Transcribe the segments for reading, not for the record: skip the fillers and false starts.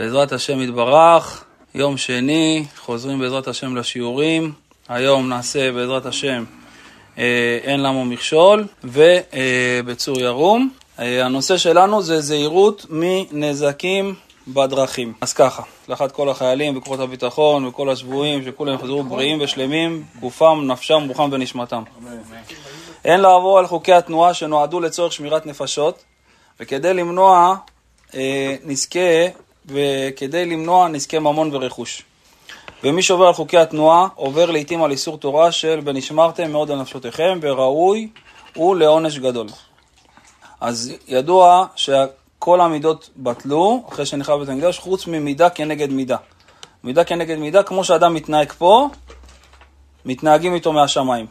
בעזרת השם יתברך, יום שני, חוזרים בעזרת השם לשיעורים. היום נעשה בעזרת השם אין למה מכשול ובצור ירום. הנושא שלנו זה זהירות מנזקים בדרכים. אז ככה, לאחד כל החיילים וכוחות הביטחון וכל השבויים שכולם יחזרו בריאים ושלמים, גופם, נפשם, רוחם ונשמתם. אין לעבור על חוקי התנועה שנועדו לצורך שמירת נפשות, וכדי למנוע נזקי ממון ורכוש. ומי שעובר על חוקי התנועה עובר לעתים על איסור תורה של ונשמרתם מאוד על נפשותיכם, וראוי הוא לעונש גדול. אז ידוע שכל המידות בטלו אחרי שנחרב בית המקדש, חוץ ממידה כנגד מידה. מידה כנגד מידה, כמו שאדם מתנהג פה, מתנהגים איתו מהשמיים.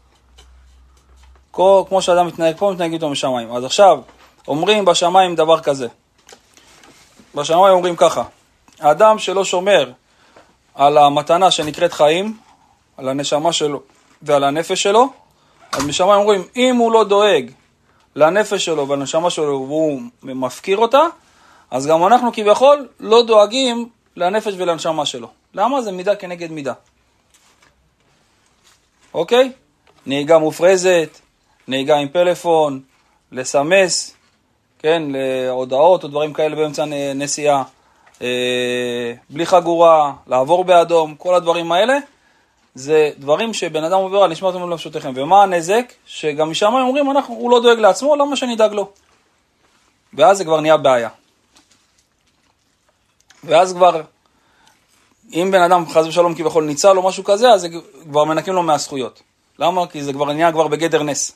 כמו שאדם מתנהג פה, מתנהגים איתו משמיים. אז עכשיו אומרים בשמיים דבר כזה. בשמיים אומרים ככה: האדם שלא שומר על המתנה שנקראת חיים, על הנשמה שלו ועל הנפש שלו, אז בשמיים אומרים, אם הוא לא דואג לנפש שלו ולנשמה שלו והוא מפקיר אותה, אז גם אנחנו כביכול לא דואגים לנפש ולנשמה שלו. למה? זה מידה כנגד מידה. אוקיי? נהיגה מופרזת, נהיגה עם פלאפון, לסמס, כן, להודעות או דברים כאלה באמצע נסיעה, בלי חגורה, לעבור באדום, כל הדברים האלה, זה דברים שבן אדם עובר על נשמרתם על נפשותיכם. ומה הנזק? שגם משם הם אומרים, הוא לא דואג לעצמו, למה שנדאג לו? ואז זה כבר נהיה בעיה. ואז כבר, אם בן אדם חס ושלום כביכול ניצל או משהו כזה, אז כבר מנקים לו מהזכויות. למה? כי זה כבר נהיה בגדר נס.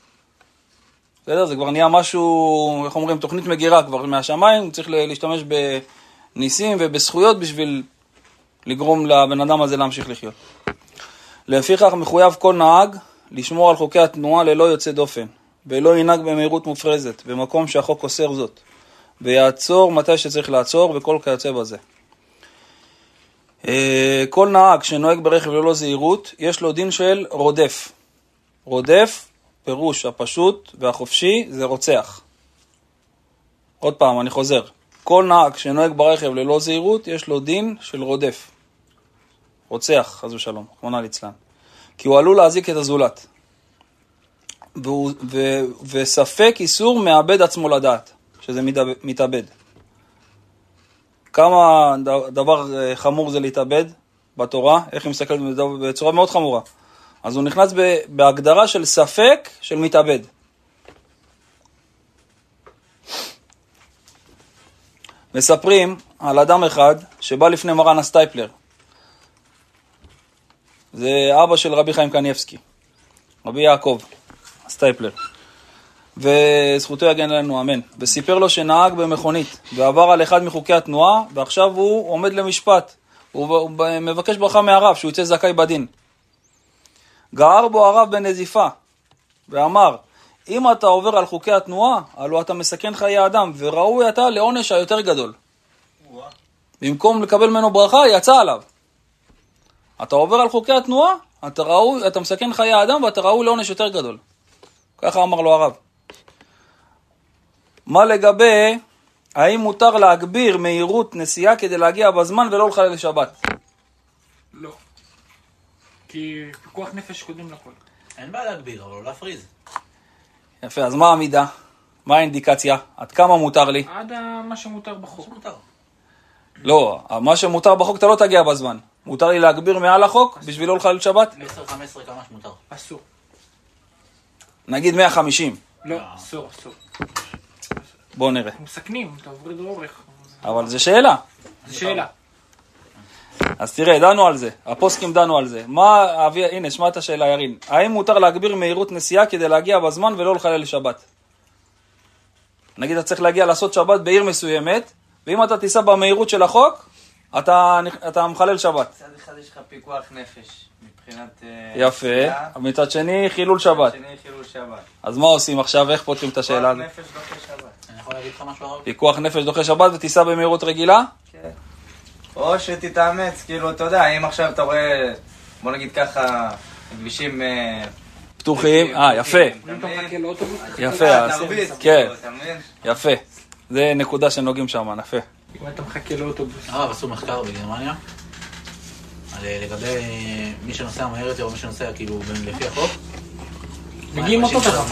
זה כבר נהיה משהו, איך אומרים, תוכנית מגירה כבר מהשמיים, צריך להשתמש בניסים ובזכויות בשביל לגרום לבן אדם הזה להמשיך לחיות. לפיכך מחויב כל נהג לשמור על חוקי התנועה ללא יוצא דופן, ולא ינהג במהירות מופרזת, במקום שהחוק אוסר זאת, ויעצור מתי שצריך לעצור, וכל כיוצא בזה. כל נהג שנוהג ברכב ללא זהירות, יש לו דין של רודף. רודף, פירוש הפשוט והחופשי, זה רוצח. עוד פעם, אני חוזר. כל נהג שנוהג ברכב ללא זהירות, יש לו דין של רודף. רוצח, חס ושלום, רחמנא ליצלן. כי הוא עלול להזיק את הזולת. וספק איסור מאבד עצמו לדעת, שזה מתאבד. כמה דבר חמור זה להתאבד בתורה, איך היא מסתכלת בצורה מאוד חמורה. אז הוא נכנס בהגדרה של ספק של מתאבד. מספרים על אדם אחד שבא לפני מרן הסטייפלר. זה אבא של רבי חיים קניבסקי, רבי יעקב הסטייפלר. וזכותו יגן לנו, אמן. וסיפר לו שנהג במכונית ועבר על אחד מחוקי התנועה, ועכשיו הוא עומד למשפט. הוא מבקש ברכה מהרב שהוא יצא זכאי בדין. גער בו הרב בנזיפה ואמר, אם אתה עובר על חוקי התנועה, הלוא אתה מסכן חיי אדם, וראוי אתה לעונש היותר גדול. במקום לקבל ממנו ברכה, יצא עליו. אתה עובר על חוקי התנועה, אתה מסכן חיי אדם, ואתה ראוי לעונש יותר גדול. ככה אמר לו הרב. מה לגבי, האם מותר להגביר מהירות נסיעה כדי להגיע בזמן ולא לחלל שבת? לא. כי פיקוח נפש קודם לכל. אין בעיה להגביר, אבל לא להפריז. יפה, אז מה המידה? מה האינדיקציה? עד כמה מותר לי? עד מה שמותר בחוק. לא, מה שמותר בחוק אתה לא תגיע בזמן. מותר לי להגביר מעל החוק בשביל לא לחלל שבת? 10-15 כמה שמותר. אסור. נגיד 150. לא, אסור. בואו נראה. מסכנים, אתה עובר לאורך. אבל זה שאלה. זה שאלה. אז תראה, דנו על זה. הפוסקים דנו על זה. הנה, שמע את השאלה, ירין. האם מותר להגביר מהירות נסיעה כדי להגיע בזמן ולא לחלל שבת? נגיד, אתה צריך להגיע לעשות שבת בעיר מסוימת, ואם אתה תיסע במהירות של החוק, אתה מחלל שבת. מצד אחד יש לך פיקוח נפש, מבחינת... יפה. מצד שני, חילול שבת. אז מה עושים עכשיו? איך פותרים את השאלה הזאת? פיקוח נפש דוחה שבת. אני יכול להגיד לך משהו הרב? פיקוח נפש דוחה שבת ותיסע במהירות רגילה? כן. או שתתאמץ, כאילו, אתה יודע, אם עכשיו אתה רואה, בוא נגיד ככה, כבישים... פתוחים, יפה. יפה, כן. יפה. זה נקודה שנוגעים שם, יפה. אם אתה מחכה לאוטובוס. הרב עשו מחקר בגרמניה, לגבי מי שנוסע מהר יותר או מי שנוסע כאילו לפי החוק. מגיעים אותו דבר.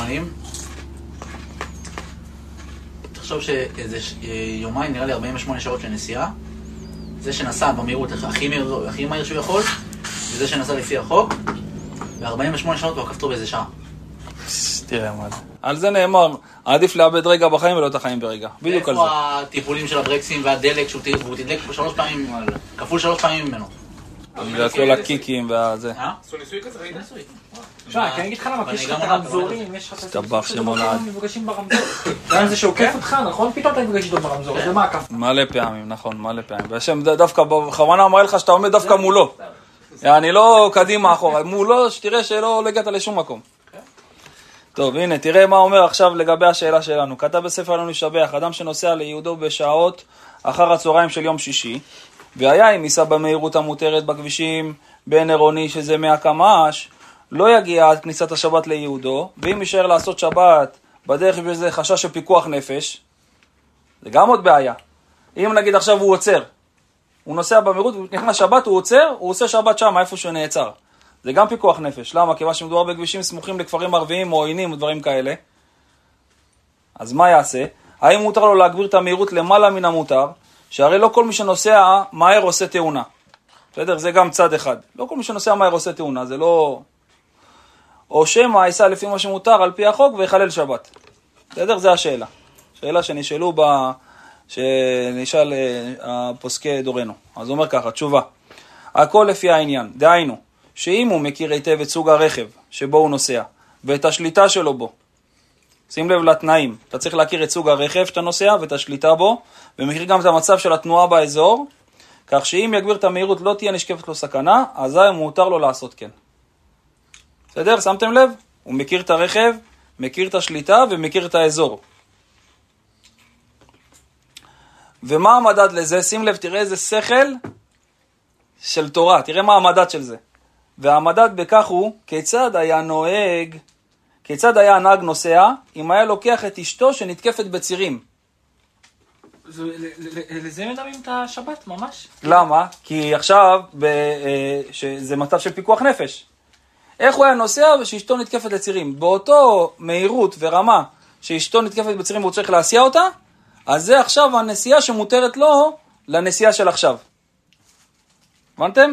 תחשוב שאיזה יומיים, נראה לי 48 שעות של נסיעה, זה שנסע במהירות הכי מהיר שהוא יכול, וזה שנסע לפי החוק, ו48 שעות הוא עקפתו באיזה שעה. תראה מה זה. על זה נאמר, עדיף לאבד רגע בחיים ולא את החיים ברגע. בדיוק על זה. איפה הטיפולים של הברקסים והדלק שהוא תדלק 3 פעמים, כפול 3 פעמים ממנו. וכל הקיקים והזה. עשו ניסוי כזה, ראית? ניסוי. שמע, אני אגיד לך למה, כי יש לך את הרמזורים, יש לך את הסתבך שמולד. מפגשים ברמזור. גם זה שעוקף אותך, נכון? פתאום אתה מפגש איתו ברמזור, זה מה עקף? מלא פעמים, נכון, מלא פעמים. והשם דווקא בכוונה אמר לך שאתה עומד דווקא מולו. אני לא קדימה אחורה, מולו שתראה שלא הגעת לשום מקום. טוב, הנה, תראה מה אומר עכשיו לגבי השאלה שלנו. כתב בספר לנו לשבח, אדם שנוסע ליהודו בשעות אחר הצהריים של יום שישי, והיה אם ייסע במהירות המותרת בכבישים בין עירוני שזה 100 קמ"ש, לא יגיע עד כניסת השבת ליהודו, ואם יישאר לעשות שבת בדרך בזה חשש של פיקוח נפש, זה גם עוד בעיה. אם נגיד עכשיו הוא עוצר, הוא נוסע במהירות, הוא נכנס שבת, הוא עוצר, הוא עושה שבת שם, איפה שהוא נעצר. זה גם פיקוח נפש. למה? כיוון שמדובר בכבישים סמוכים לכפרים ערביים או עוינים ודברים כאלה. אז מה יעשה? האם מותר לו להגביר את המהירות למעלה מן המותר? שהרי לא כל מי שנוסע מהר עושה תאונה. בסדר? זה גם צד אחד. לא כל מי שנוסע מהר עושה תאונה, זה לא... או שמא ייסע לפי מה שמותר על פי החוק ויחלל שבת. בסדר? זה השאלה. שאלה שנשאלו שנשאל הפוסקי דורנו. אז הוא אומר ככה, תשובה. הכל לפי העניין. דהיינו, שאם הוא מכיר היטב את סוג הרכב שבו הוא נוסע, ואת השליטה שלו בו, שים לב לתנאים, אתה צריך להכיר את סוג הרכב שאתה נוסע ואת השליטה בו, ומכיר גם את המצב של התנועה באזור, כך שאם יגביר את המהירות לא תהיה נשקפת לו סכנה, אזי מותר לו לעשות כן. בסדר? שמתם לב? הוא מכיר את הרכב, מכיר את השליטה ומכיר את האזור. ומה המדד לזה? שים לב, תראה איזה שכל של תורה, תראה מה המדד של זה. והמדד בכך הוא, כיצד היה הנהג נוסע, אם היה לוקח את אשתו שנתקפת בצירים. לזה מדברים את השבת ממש? למה? כי עכשיו, זה מצב של פיקוח נפש. איך הוא היה נוסע ושאשתו נתקפת לצירים? באותו מהירות ורמה שאשתו נתקפת בצירים והוא צריך להסיע אותה, אז זה עכשיו הנסיעה שמותרת לו לנסיעה של עכשיו. הבנתם?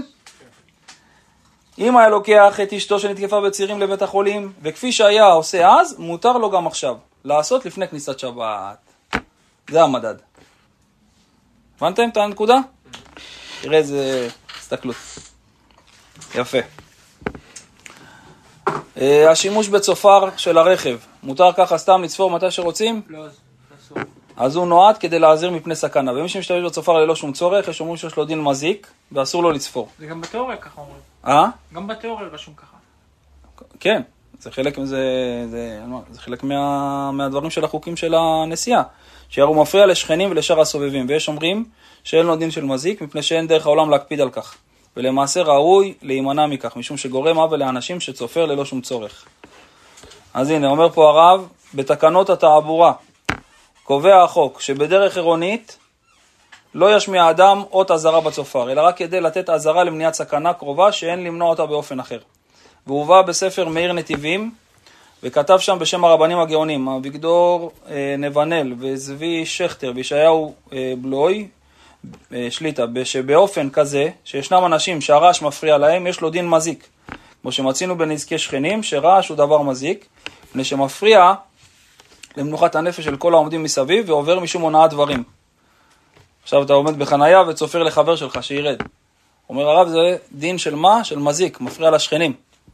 אם היה לוקח את אשתו שנתקפה בצירים לבית החולים, וכפי שהיה עושה אז, מותר לו גם עכשיו, לעשות לפני כניסת שבת. זה המדד. הבנתם את הנקודה? תראה איזה הסתכלות. יפה. השימוש בצופר של הרכב, מותר ככה סתם לצפור מתי שרוצים? לא, זה אסור. אז הוא נועד כדי להזהיר מפני סכנה, ומי שמשתמש בצופר ללא שום צורך, יש אומרים שיש לו דין מזיק, ואסור לו לצפור. זה גם בתיאוריה ככה אומרים. גם בתיאוריה רשום ככה. כן, זה חלק חלק מהדברים של החוקים של הנסיעה, שהרי הוא מפריע לשכנים ולשאר הסובבים, ויש אומרים שאין לו דין של מזיק, מפני שאין דרך העולם להקפיד על כך, ולמעשה ראוי להימנע מכך, משום שגורם עוול לאנשים שצופר ללא שום צורך. אז הנה, אומר פה הרב, בתקנות התעבורה, קובע החוק שבדרך עירונית לא ישמיע אדם אות אזהרה בצופר, אלא רק כדי לתת אזהרה למניעת סכנה קרובה שאין למנוע אותה באופן אחר. והוא בא בספר מאיר נתיבים, וכתב שם בשם הרבנים הגאונים, אביגדור נבנאל וזבי שכטר וישעיהו בלוי, שליטה, שבאופן כזה שישנם אנשים שהרעש מפריע להם, יש לו דין מזיק. כמו שמצינו בנזקי שכנים, שרעש הוא דבר מזיק, מפני שמפריע למנוחת הנפש של כל העומדים מסביב, ועובר משום הונאת דברים. עכשיו אתה עומד בחנייה וצופר לחבר שלך שירד. אומר הרב, זה דין של מה? של מזיק, מפריע לשכנים.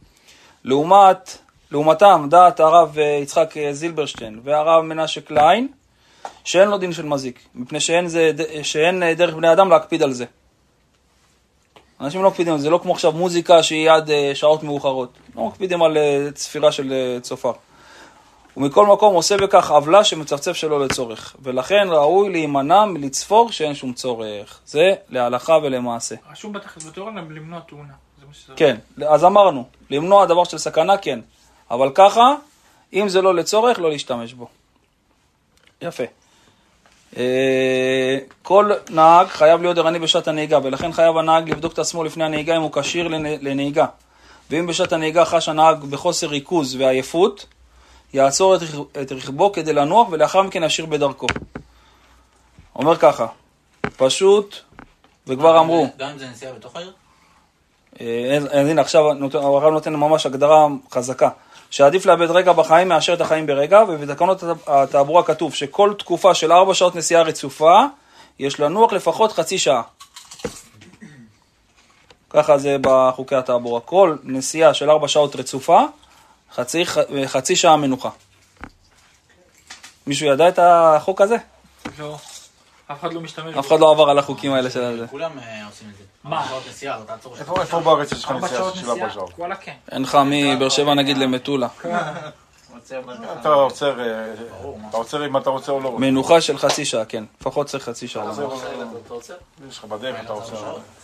לעומתם, דעת הרב יצחק זילברשטיין והרב מנשה קליין, שאין לו דין של מזיק, מפני שאין דרך בני אדם להקפיד על זה. אנשים לא מקפידים, זה לא כמו עכשיו מוזיקה שהיא עד שעות מאוחרות. לא מקפידים על צפירה של צופר. ומכל מקום עושה בכך עוולה שמצפצף שלו לצורך. ולכן ראוי להימנע מלצפור שאין שום צורך. זה להלכה ולמעשה. רשום בתיאוריה למנוע תאונה. כן, אז אמרנו, למנוע דבר של סכנה, כן. אבל ככה, אם זה לא לצורך, לא להשתמש בו. יפה. כל נהג חייב להיות ערני בשעת הנהיגה, ולכן חייב הנהג לבדוק את עצמו לפני הנהיגה אם הוא כשיר לנהיגה. ואם בשעת הנהיגה חש הנהג בחוסר ריכוז ועייפות, יעצור את רכבו כדי לנוח ולאחר מכן ישיר בדרכו. אומר ככה, פשוט, וכבר אמרו. גם אם זה נסיעה בתוך העיר? הנה עכשיו הרב נותן ממש הגדרה חזקה, שעדיף לאבד רגע בחיים מאשר את החיים ברגע, ובתקנות התעבורה כתוב שכל תקופה של 4 שעות נסיעה רצופה, יש לנוח לפחות חצי שעה. ככה זה בחוקי התעבורה, כל נסיעה של 4 שעות רצופה, חצי שעה מנוחה. מישהו ידע את החוק הזה? לא. אף אחד לא משתמש. אף אחד לא עבר על החוקים האלה של זה. כולם עושים את זה. מה? שעות נסיעה, אתה תעצור. איפה בארץ יש לך 4 נסיעה שעות של 4 נסיעה? שעות? וואלה כן. אין לך מבאר שבע נגיד למטולה. אתה עוצר אם אתה רוצה או לא רוצה. מנוחה של חצי שעה, כן. לפחות צריך חצי שעה. אתה עוצר? יש לך בדרך, אתה עוצר.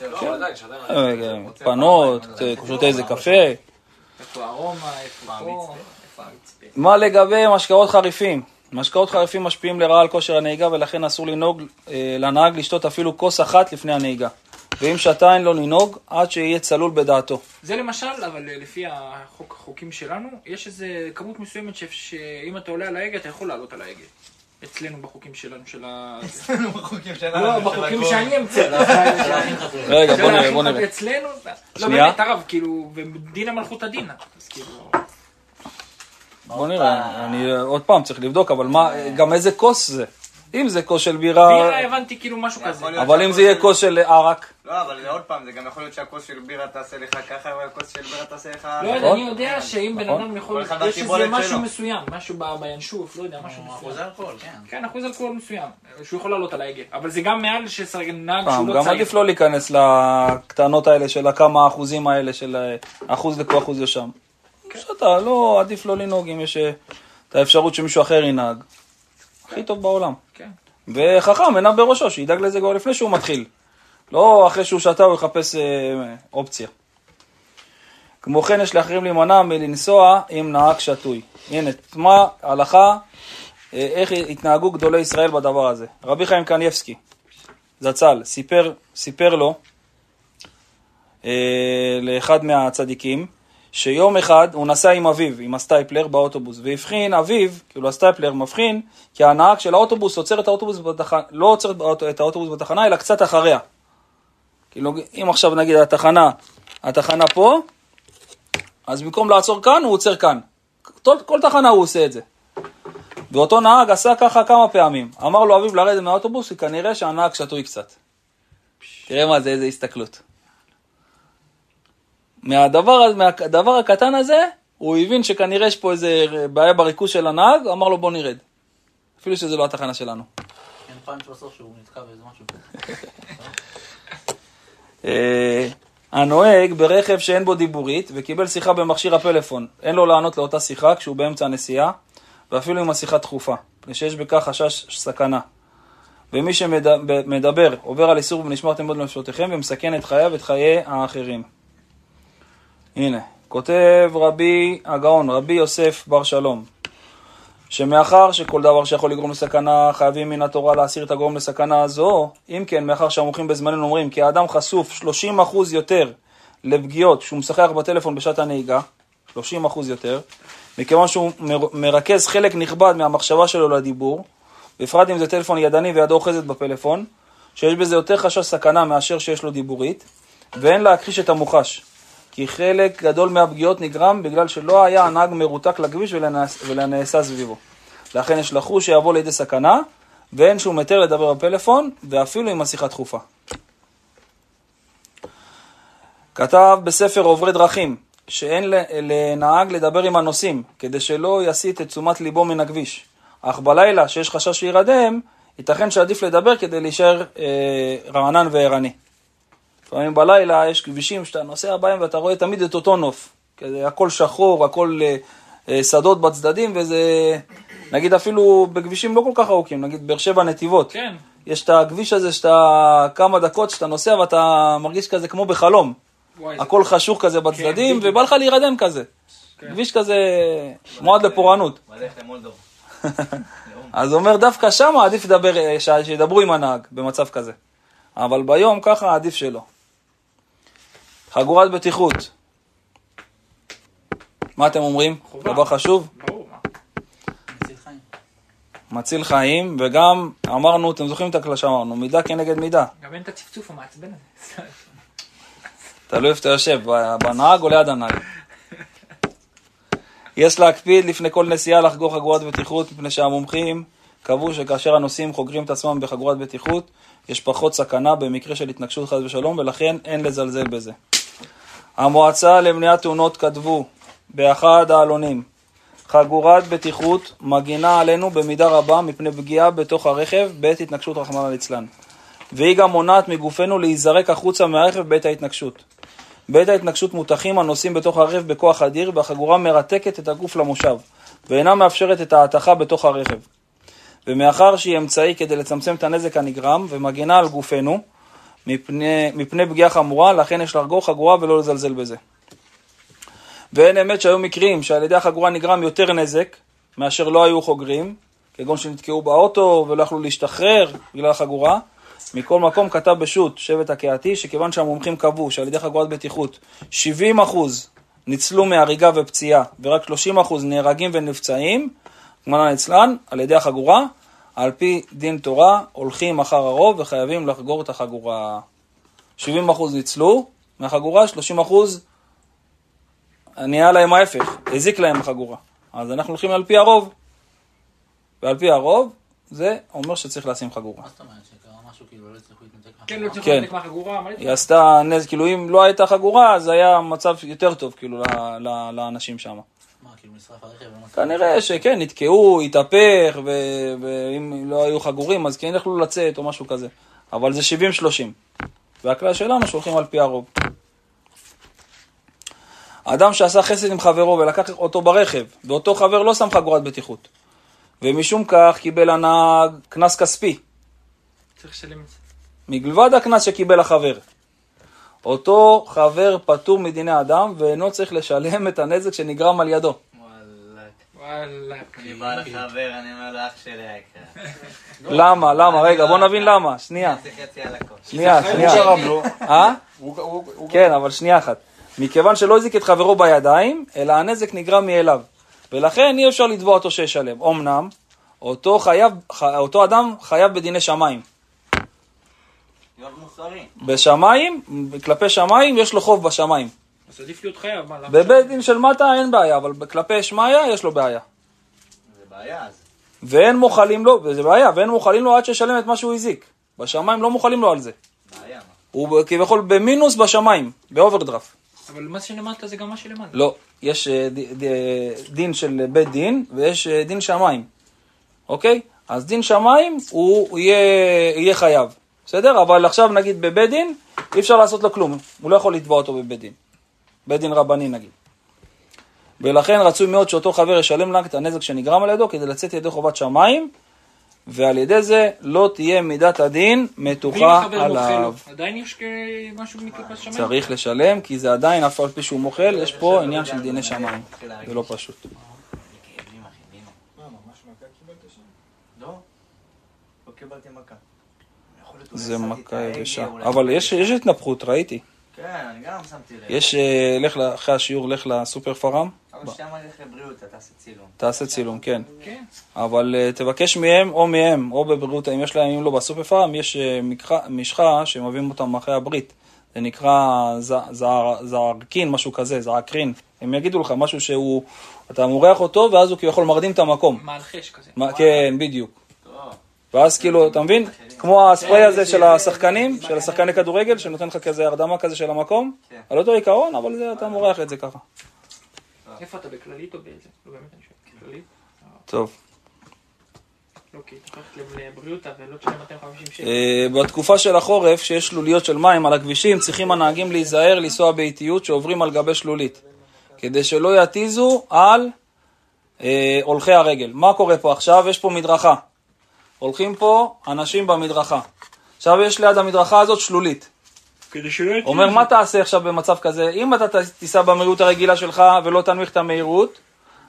פנות, שותה איזה קפה. איפה ארומה, איפה פה, איפה המצפה. מה לגבי משקאות חריפים? משקאות חריפים משפיעים לרעה על כושר הנהיגה, ולכן אסור לנהג לשתות אפילו כוס אחת לפני הנהיגה. ואם שעתיים לא לנהוג עד שיהיה צלול בדעתו. זה למשל, אבל לפי החוקים שלנו, יש איזו כמות מסוימת שאם אתה עולה על ההגה, אתה יכול לעלות על ההגה. אצלנו בחוקים שלנו, אצלנו בחוקים שלנו. לא, בחוקים שאני אמצא. רגע, בוא נראה. אצלנו, לא שנייה. באמת, הרב, כאילו, ודין המלכות הדינה. אז כאילו... בוא נראה, אני עוד פעם צריך לבדוק, אבל גם איזה כוס זה? אם זה כוס של בירה... בירה הבנתי כאילו משהו כזה. אבל אם זה יהיה כוס של ערק... לא, אבל זה עוד פעם, זה גם יכול להיות שהכוס של בירה תעשה לך ככה, והכוס של בירה תעשה לך... לא יודע, אני יודע שאם בן אדם יכול... כל אחד יש איזה והקיבולת משהו שלו. מסוים, משהו בינשוף, לא יודע, משהו אחוז מסוים. אלכוהול, כן. כן, אחוז אלכוהול מסוים, שהוא יכול לעלות על ההגה. אבל זה גם מעל שנהג שהוא לא גם צעיר. עדיף לא להיכנס לקטנות האלה של הכמה אחוזים האלה של אחוז לכל אחוז יושם. שאתה לא, עדיף לא לנהוג אם יש את האפשרות שמישהו אחר ינהג. הכי טוב בעולם. כן. וחכם עיניו בראשו, שידאג לזה כבר לפני שהוא מתחיל. לא אחרי שהוא שתה הוא יחפש אופציה. כמו כן יש לאחרים להימנע מלנסוע עם נהג שתוי. הנה, מה הלכה, איך התנהגו גדולי ישראל בדבר הזה. רבי חיים קניבסקי, זצ"ל, סיפר לו לאחד מהצדיקים, שיום אחד הוא נסע עם אביו, עם הסטייפלר באוטובוס, והבחין אביו, כאילו הסטייפלר מבחין, כי הנהג של האוטובוס עוצר את האוטובוס בתחנה, לא עוצר את האוטובוס בתחנה, אלא קצת אחריה. כאילו, אם עכשיו נגיד התחנה פה, אז במקום לעצור כאן, הוא עוצר כאן. כל תחנה הוא עושה את זה. ואותו נהג עשה ככה כמה פעמים. אמר לו אביו לרדת מהאוטובוס, וכנראה שהנהג שתוי קצת. תראה מה זה, איזה הסתכלות. מהדבר הקטן הזה, הוא הבין שכנראה יש פה איזה בעיה בריכוז של הנהג, אמר לו בוא נרד. אפילו שזה לא התחנה שלנו. אין פעם שבסוף שהוא נתקע באיזה משהו. הנוהג ברכב שאין בו דיבורית וקיבל שיחה במכשיר הפלאפון, אין לו לענות לאותה שיחה כשהוא באמצע הנסיעה, ואפילו עם השיחה דחופה, שיש בכך חשש סכנה. ומי שמדבר עובר על איסור ונשמרתם מאוד לנפשותיכם ומסכן את חייו ואת חיי האחרים. הנה, כותב רבי הגאון, רבי יוסף בר שלום, שמאחר שכל דבר שיכול לגרום לסכנה, חייבים מן התורה להסיר את הגורם לסכנה הזו, אם כן, מאחר שהמומחים בזמננו אומרים כי האדם חשוף 30% יותר לפגיעות שהוא משחק בטלפון בשעת הנהיגה, 30% יותר, מכיוון שהוא מרכז חלק נכבד מהמחשבה שלו לדיבור, בפרט אם זה טלפון ידני וידו אוחזת בפלאפון, שיש בזה יותר חשש סכנה מאשר שיש לו דיבורית, ואין להכחיש את המוחש. כי חלק גדול מהפגיעות נגרם בגלל שלא היה הנהג מרותק לכביש ולנעשה סביבו. לכן יש לחוש שיבוא לידי סכנה, ואין שום מתר לדבר בפלאפון, ואפילו עם השיחה דחופה. כתב בספר עוברי דרכים, שאין לנהג לדבר עם הנוסעים, כדי שלא יסיט את תשומת ליבו מן הכביש. אך בלילה שיש חשש שירדם, ייתכן שעדיף לדבר כדי להישאר רענן וערני. לפעמים בלילה יש כבישים שאתה נוסע בהם ואתה רואה תמיד את אותו נוף. הכל שחור, הכל שדות בצדדים, וזה, נגיד אפילו בכבישים לא כל כך ארוכים, נגיד באר שבע נתיבות. כן. יש את הכביש הזה שאתה כמה דקות שאתה נוסע ואתה מרגיש כזה כמו בחלום. הכל חשוך כזה בצדדים, ובא לך להירדם כזה. כביש כזה מועד לפורענות. בדרך למולדור. אז הוא אומר, דווקא שם עדיף שידברו עם הנהג במצב כזה. אבל ביום ככה עדיף שלא. חגורת בטיחות. מה אתם אומרים? חובה. דבר חשוב? ברור, מה? מציל חיים. מציל חיים, וגם אמרנו, אתם זוכרים את הכלל שאמרנו, מידה כנגד מידה. גם אין את הצפצוף המעצבן הזה. תלוי איפה אתה יושב, בנהג או ליד הנהג. יש להקפיד לפני כל נסיעה לחגור חגורת בטיחות, מפני שהמומחים קבעו שכאשר הנוסעים חוגרים את עצמם בחגורת בטיחות, יש פחות סכנה במקרה של התנגשות חס ושלום, ולכן אין לזלזל בזה. המועצה למניעת תאונות כתבו באחד העלונים, חגורת בטיחות מגינה עלינו במידה רבה מפני פגיעה בתוך הרכב בעת התנגשות רחמנא ליצלן. והיא גם מונעת מגופנו להיזרק החוצה מהרכב בעת ההתנגשות. בעת ההתנגשות מותחים הנוסעים בתוך הרכב בכוח אדיר, והחגורה מרתקת את הגוף למושב, ואינה מאפשרת את ההתכה בתוך הרכב. ומאחר שהיא אמצעי כדי לצמצם את הנזק הנגרם, ומגינה על גופנו מפני פגיעה חמורה, לכן יש לחגור חגורה ולא לזלזל בזה. ואין אמת שהיו מקרים שעל ידי החגורה נגרם יותר נזק מאשר לא היו חוגרים, כגון שנתקעו באוטו ולא יכלו להשתחרר בגלל החגורה. מכל מקום כתב בשו"ת שבט הקהתי שכיוון שהמומחים קבעו שעל ידי חגורת בטיחות 70% ניצלו מהריגה ופציעה ורק 30% נהרגים ונפצעים, רחמנא ליצלן, על ידי החגורה, על פי דין תורה הולכים אחר הרוב וחייבים לחגור את החגורה. 70% ניצלו מהחגורה, 30% נהיה להם ההפך, הזיק להם החגורה. אז אנחנו הולכים על פי הרוב, ועל פי הרוב זה אומר שצריך לשים חגורה. מה זאת אומרת? שקרה משהו כאילו לא הצליחו להתנתק מהחגורה? כן, לא צריך להתנתק מהחגורה, מה היא עשתה נזק, כאילו אם לא הייתה חגורה, אז היה מצב יותר טוב כאילו לאנשים שם. מה, כאילו נשרף הרכב? כנראה שכן, נתקעו, התהפך, ואם לא היו חגורים, אז כן יכלו לצאת או משהו כזה. אבל זה 70-30. והכלל שלנו שהולכים על פי הרוב. האדם שעשה חסד עם חברו ולקח אותו ברכב, ואותו חבר לא שם חגורת בטיחות, ומשום כך קיבל הנהג קנס כספי, צריך לשלם את זה. מגלבד הקנס שקיבל החבר. אותו חבר פטור מדיני אדם, ואינו צריך לשלם את הנזק שנגרם על ידו. וואלה. אני בא לחבר, אני אומר לו אח שלי היקר. למה? רגע, בוא נבין למה. שנייה. שנייה. כן, אבל שנייה אחת. מכיוון שלא הזיק את חברו בידיים, אלא הנזק נגרם מאליו. ולכן אי אפשר לתבוע אותו שישלם. אמנם, אותו אדם חייב בדיני שמיים. בשמיים, כלפי שמיים, יש לו חוב בשמיים. אז עדיף להיות חייב, מה? בבית דין של מטה אין בעיה, אבל כלפי שמיה יש לו בעיה. זה בעיה אז. ואין מוכלים לו, וזה בעיה, ואין מוכלים לו עד שישלם את מה שהוא הזיק. בשמיים לא מוכלים לו על זה. בעיה מה? הוא כביכול במינוס בשמיים, באוברדרפט. אבל מה שלמטה זה גם מה שלמטה. לא, יש דין של בית דין ויש דין שמיים. אוקיי? אז דין שמיים הוא יהיה חייב. בסדר? אבל עכשיו נגיד בבית דין, אי אפשר לעשות לו כלום. הוא לא יכול לתבוע אותו בבית דין. בית דין רבני נגיד. ולכן רצוי מאוד שאותו חבר ישלם רק את הנזק שנגרם על ידו כדי לצאת ידי חובת שמיים, ועל ידי זה לא תהיה מידת הדין מתוחה עליו. עדיין יש משהו מקופת שמיים? צריך לשלם, כי זה עדיין, אף על פי שהוא מוכל, יש פה עניין של דיני שמיים. זה לא פשוט. לא? לא קיבלתי מכה. זה מכה יבשה. אבל יש התנפחות, ראיתי. כן, אני גם שמתי לב. יש, אחרי השיעור, לך לסופר פארם. אבל שתי מלך לבריאות, תעשה צילום. תעשה צילום, כן. כן. אבל תבקש מהם, או בבריאות, אם יש להם, אם לא בסופר פארם, יש משחה שמביאים אותם אחרי הברית. זה נקרא זערקין, משהו כזה, זעקרין. הם יגידו לך משהו שהוא, אתה מורח אותו, ואז הוא יכול מרדים את המקום. מעלחש כזה. כן, בדיוק. ואז כאילו, אתה מבין? כמו הספרי הזה של השחקנים, של השחקני כדורגל, שנותן לך כזה הרדמה כזה של המקום, על אותו עיקרון, אבל זה, אתה מורח את זה ככה. איפה אתה, בכללית או באיזה? לא באמת אני שואל, בכללית? טוב. לא, כי תקחת לבריאותה ולא תשלם 250 שקל. בתקופה של החורף, שיש שלוליות של מים על הכבישים, צריכים הנהגים להיזהר לנסוע באיטיות שעוברים על גבי שלולית, כדי שלא יתיזו על הולכי הרגל. מה קורה פה עכשיו? יש פה מדרכה. הולכים פה אנשים במדרכה. עכשיו יש ליד המדרכה הזאת שלולית. אומר, מה תעשה עכשיו במצב כזה? אם אתה תיסע במהירות הרגילה שלך ולא תנמיך את המהירות,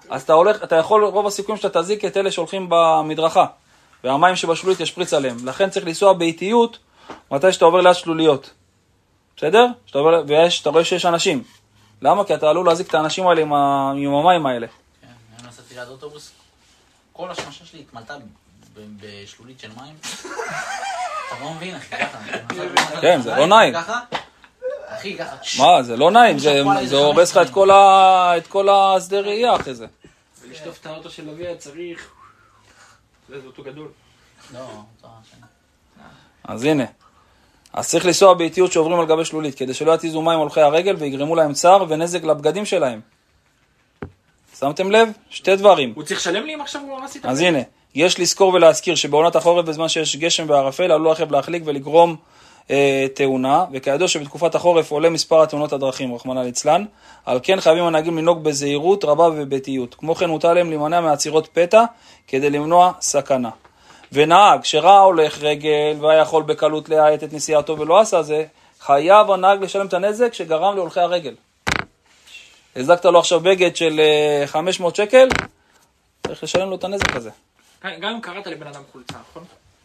אז אתה יכול, רוב הסיכויים שאתה תזיק את אלה שהולכים במדרכה, והמים שבשלולית ישפריץ עליהם. לכן צריך לנסוע באיטיות מתי שאתה עובר ליד שלוליות. בסדר? ואתה רואה שיש אנשים. למה? כי אתה עלול להזיק את האנשים האלה עם המים האלה. כן, אני נסעתי ליד אוטובוס, כל השמשה שלי התמלתה בשלולית של מים. אתה לא מבין, אחי, ככה. כן, זה לא נעים. אחי, ככה. מה, זה לא נעים, זה הורס לך את כל השדה ראייה אחרי זה. ולשטוף את האוטו של אביה צריך... זה אותו גדול. לא, אותו השני. אז הנה. אז צריך לנסוע באיטיות שעוברים על גבי שלולית, כדי שלא יתיזו מים הולכי הרגל ויגרמו להם צער ונזק לבגדים שלהם. שמתם לב? שתי דברים. הוא צריך לשלם לי אם עכשיו הוא הרס איתה? אז הנה, יש לזכור ולהזכיר שבעונת החורף בזמן שיש גשם וערפל עלול הרכב להחליק ולגרום תאונה, וכידוע שבתקופת החורף עולה מספר התאונות הדרכים, רחמנא ליצלן, על כן חייבים הנהגים לנהוג בזהירות רבה ובאיטיות. כמו כן מותר להם להימנע מעצירות פתע כדי למנוע סכנה. ונהג שראה הולך רגל והיה יכול בקלות להאט את נסיעתו ולא עשה זה, חייב הנהג לשלם את הנזק שגרם להולכי הרגל. הזדקת לו עכשיו בגד של 500 שקל, צריך לשלם לו את הנזק הזה. גם אם קראת לבן אדם חולצה, נכון?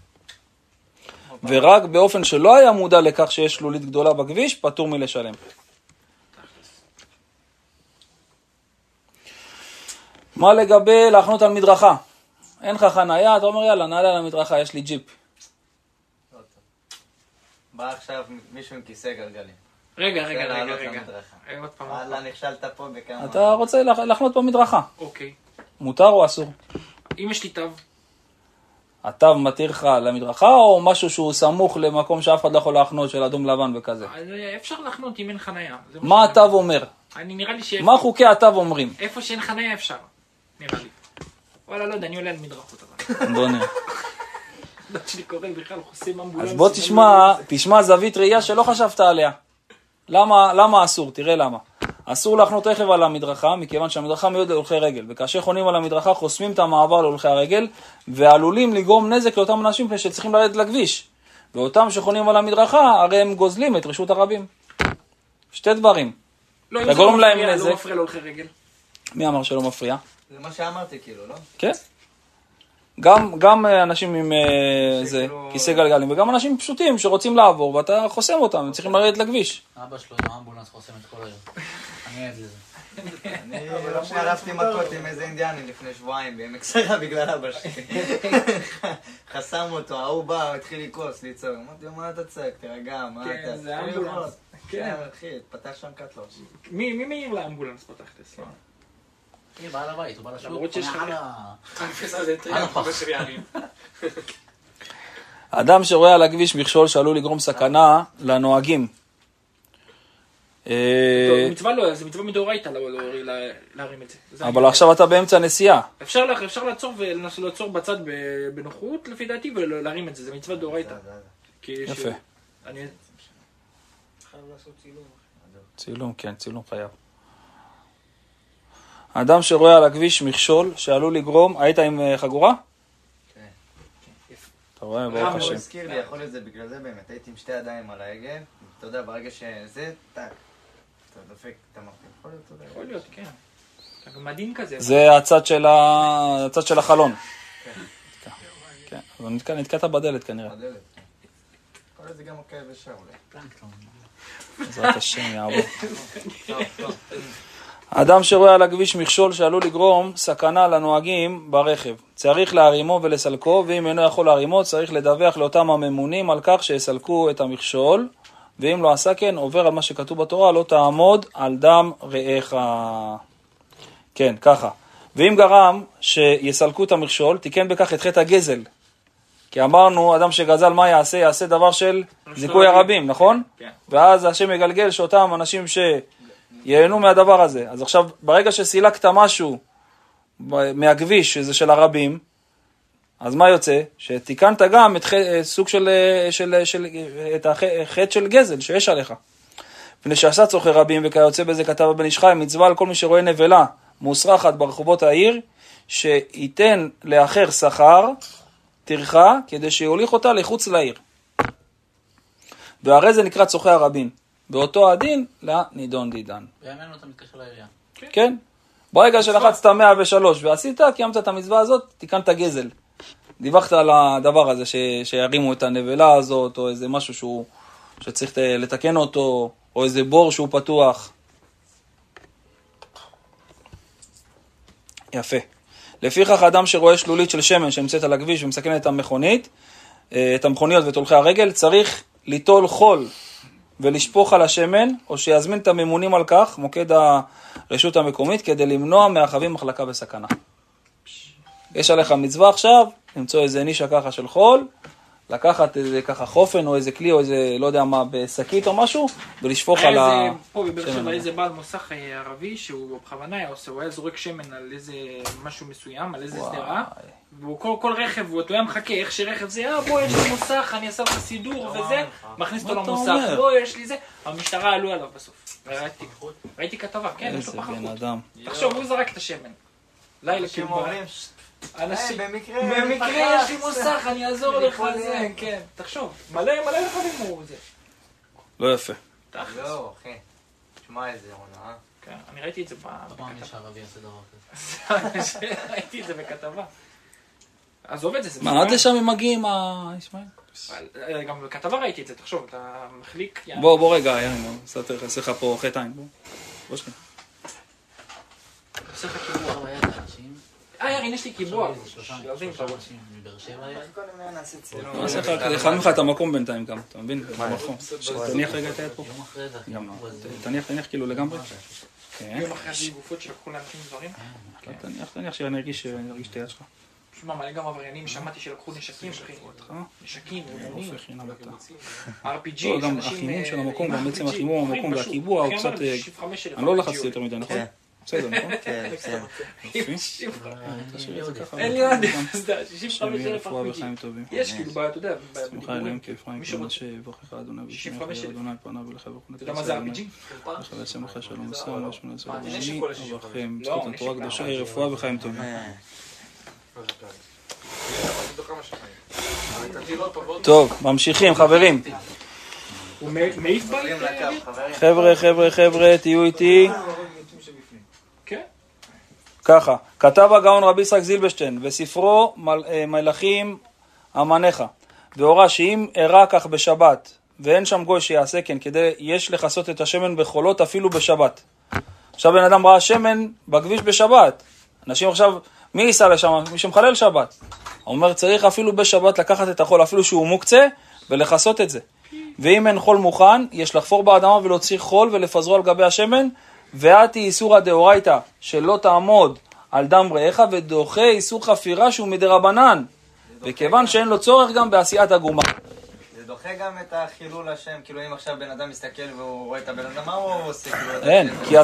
ורק באופן שלא היה מודע לכך שיש שלולית גדולה בכביש, פטור מלשלם. מה לגבי להחנות על מדרכה? אין לך חנייה, אתה אומר יאללה, נעלה על המדרכה, יש לי ג'יפ. בא עכשיו מישהו עם כיסא גלגלים. רגע. עוד פעם. וואלה, נכשלת פה בכמה... אתה רוצה להחנות במדרכה. אוקיי. מותר או אסור? אם יש לי תו. התו מתיר לך למדרכה או משהו שהוא סמוך למקום שאף אחד לא יכול להחנות של אדום לבן וכזה? אפשר להחנות אם אין חנייה. מה התו אומר? נראה לי שאיפה... מה חוקי התו אומרים? איפה שאין חנייה אפשר. נראה לי. וואלה, לא יודע, אני עולה על מדרכות אבל. בוא נראה. דת שלי קורא בכלל חוסם אמבולנס. אז בוא תשמע זווית ראייה שלא חשבת עליה. למה אסור? תראה למה. אסור להחנות רכב על המדרכה, מכיוון שהמדרכה מיועדת להולכי רגל, וכאשר חונים על המדרכה חוסמים את המעבר להולכי הרגל, ועלולים לגרום נזק לאותם אנשים שצריכים לרדת לכביש. ואותם שחונים על המדרכה, הרי הם גוזלים את רשות הרבים. שתי דברים. לא, אם זה לא מפריע להולכי רגל. מי אמר שלא מפריע? זה מה שאמרתי כאילו, לא? כן. גם אנשים עם כיסא גלגלים, וגם אנשים פשוטים שרוצים לעבור, ואתה חוסם אותם, הם צריכים לרדת לכביש. אבא שלו עם האמבולנס חוסם את כל העיר. אני אוהב לזה. אני לא שערפתי מכות עם איזה אינדיאני לפני שבועיים בעמק שרה בגלל אבא שלי. חסם אותו, ההוא בא, הוא התחיל לקרוס, ליצור. אמרתי לו, מה אתה צועק? תרגע, מה אתה? כן, זה אמבולנס. כן, אחי, פתח שם קטלוש. מי מעיר לאמבולנס פתח תסע? היא באה לבית, הוא בא לשוק. למרות שיש אדם שרואה על הכביש מכשול שעלול לגרום סכנה לנוהגים. זה מצווה מדאורייתא להרים את זה. אבל עכשיו אתה באמצע נסיעה. אפשר לעצור ולנסות לעצור בצד בנוחות לפי דעתי ולהרים את זה, זה מצווה דאורייתא. יפה. אני חייב לעשות צילום. צילום, כן, צילום חייב. אדם שרואה על הכביש מכשול שעלול לגרום, היית עם חגורה? כן. אתה רואה, ברוך השם. הוא הזכיר לי, יכול להיות זה בגלל זה באמת, הייתי עם שתי ידיים על ההגה, אתה יודע, ברגע שזה, טק, אתה דופק את המפים, יכול להיות, אתה יודע. יכול להיות, כן. מדהים כזה. זה הצד של החלון. כן. אבל נתקעת בדלת כנראה. בדלת, כן. יכול להיות זה גם עוקב ישר אולי. בעזרת השם יעבור. אדם שרואה על הכביש מכשול שעלול לגרום סכנה לנוהגים ברכב. צריך להרימו ולסלקו, ואם אינו יכול להרימו, צריך לדווח לאותם הממונים על כך שיסלקו את המכשול, ואם לא עשה כן, עובר על מה שכתוב בתורה, לא תעמוד על דם רעך. כן, ככה. ואם גרם שיסלקו את המכשול, תיקן בכך את חטא הגזל. כי אמרנו, אדם שגזל מה יעשה? יעשה דבר של זיכוי הרבים, נכון? כן. ואז השם יגלגל שאותם אנשים ייהנו מהדבר הזה. אז עכשיו, ברגע שסילקת משהו מהכביש, שזה של הרבים, אז מה יוצא? שתיקנת גם את סוג את החטא של גזל שיש עליך. לפני שעשה צורכי רבים וכיוצא בזה כתב הבן איש חי, מצווה על כל מי שרואה נבלה מוסרחת ברחובות העיר, שייתן לאחר שכר, טרחה, כדי שיוליך אותה לחוץ לעיר. והרי זה נקרא צורכי הרבים. באותו הדין, לנידון דידן. בימינו אתה מתקשר לעירייה. כן. ברגע שלחצת 103 ועשית, קיימת את המצווה הזאת, תיקנת גזל. דיווחת על הדבר הזה, שירימו את הנבלה הזאת, או איזה משהו שצריך לתקן אותו, או איזה בור שהוא פתוח. יפה. לפיכך האדם שרואה שלולית של שמן שנמצאת על הכביש ומסכן את המכונית, את המכוניות ואת הולכי הרגל, צריך ליטול חול ולשפוך על השמן, או שיזמין את הממונים על כך, מוקד הרשות המקומית, כדי למנוע מהחבים מחלקה בסכנה. יש עליך מצווה עכשיו, למצוא איזה נישה ככה של חול, לקחת איזה ככה חופן או איזה כלי או איזה, לא יודע מה, בסקית או משהו, ולשפוך על השמן. פה בבאר שבע איזה בעל מוסך ערבי, שהוא בכוונה היה עושה, הוא היה זורק שמן על איזה משהו מסוים, על איזה סדרה, והוא כל רכב, הוא היה מחכה, איך שרכב זה, בוא יש לי מוסך, אני אעשה לך סידור וזה, מכניס אותו למוסך, בוא יש לי זה, המשטרה עלו עליו בסוף. ראיתי כתבה, כן, יש לו פחחות. תחשוב, הוא זרק את השמן. לילה כאילו. אנשים, במקרה יש לי מוסך, אני אעזור לך על זה, כן, תחשוב, מלא רכבים הוא זה. לא יפה. לא, אחי, תשמע איזה עונה. כן, אני ראיתי את זה פעם יש ערבי עושה דבר כזה. ראיתי את זה בכתבה. עזוב את זה, זה מה, עד לשם הם מגיעים, ישמעאל? גם בכתבה ראיתי את זה, תחשוב, אתה מחליק... בוא רגע, עושה לך פה חטא עין, בוא שני. עושה לך קיבוע. ירין, יש לי קיבוע. מה עושה לך? אחד ממך את המקום בינתיים גם, אתה מבין? במקום. תניח רגע את היד פה. תניח כאילו לגמרי. יום אחרי זה גופות שלקחו לאנשים דברים? תניח שאני ארגיש את היד שלך. שמע, מלא גם עבריינים, שמעתי שלקחו נשקים, נשקים, RPG, גם החימום של המקום, גם בעצם החימום המקום והקיבוע הוא קצת... אני לא לחצתי יותר מדי, נכון? בסדר, נכון? כן, בסדר. אין לי עוד, 65,000 RPG. יש כאילו בעיה, אתה יודע, שמחה אליהם כאפרים, כמובן שיברכך אדוני ושמחה אדוני פניו ולך וכו'. אתה יודע מה זה RPG? וחלל שמחה שלום וסלם ושמונה עשרה ואני אברכם בזכות התורה הקדושה, רפואה וחיים טובים. טוב, ממשיכים חברים. הוא מעיף בית? חבר'ה, תהיו איתי. ככה, כתב הגאון רבי יצחק זילברשטיין בספרו מלכים אמניך, והורה שאם אירע כך בשבת ואין שם גוי שיעשה כן, יש לכסות את השמן בחולות אפילו בשבת. עכשיו בן אדם ראה שמן בכביש בשבת, אנשים עכשיו, מי ייסע לשם? מי שמחלל שבת. הוא אומר צריך אפילו בשבת לקחת את החול אפילו שהוא מוקצה ולכסות את זה. ואם אין חול מוכן, יש לחפור באדמה ולהוציא חול ולפזרו על גבי השמן, ואתי איסורא דאורייתא שלא תעמוד על דם רעך, ודוחה איסור חפירה שהוא מדרבנן, וכיוון שאין לו צורך גם בעשיית הגומה. זה דוחה גם את החילול השם, כאילו אם עכשיו בן אדם מסתכל והוא רואה את הבן אדם, מה הוא עושה? אין, כי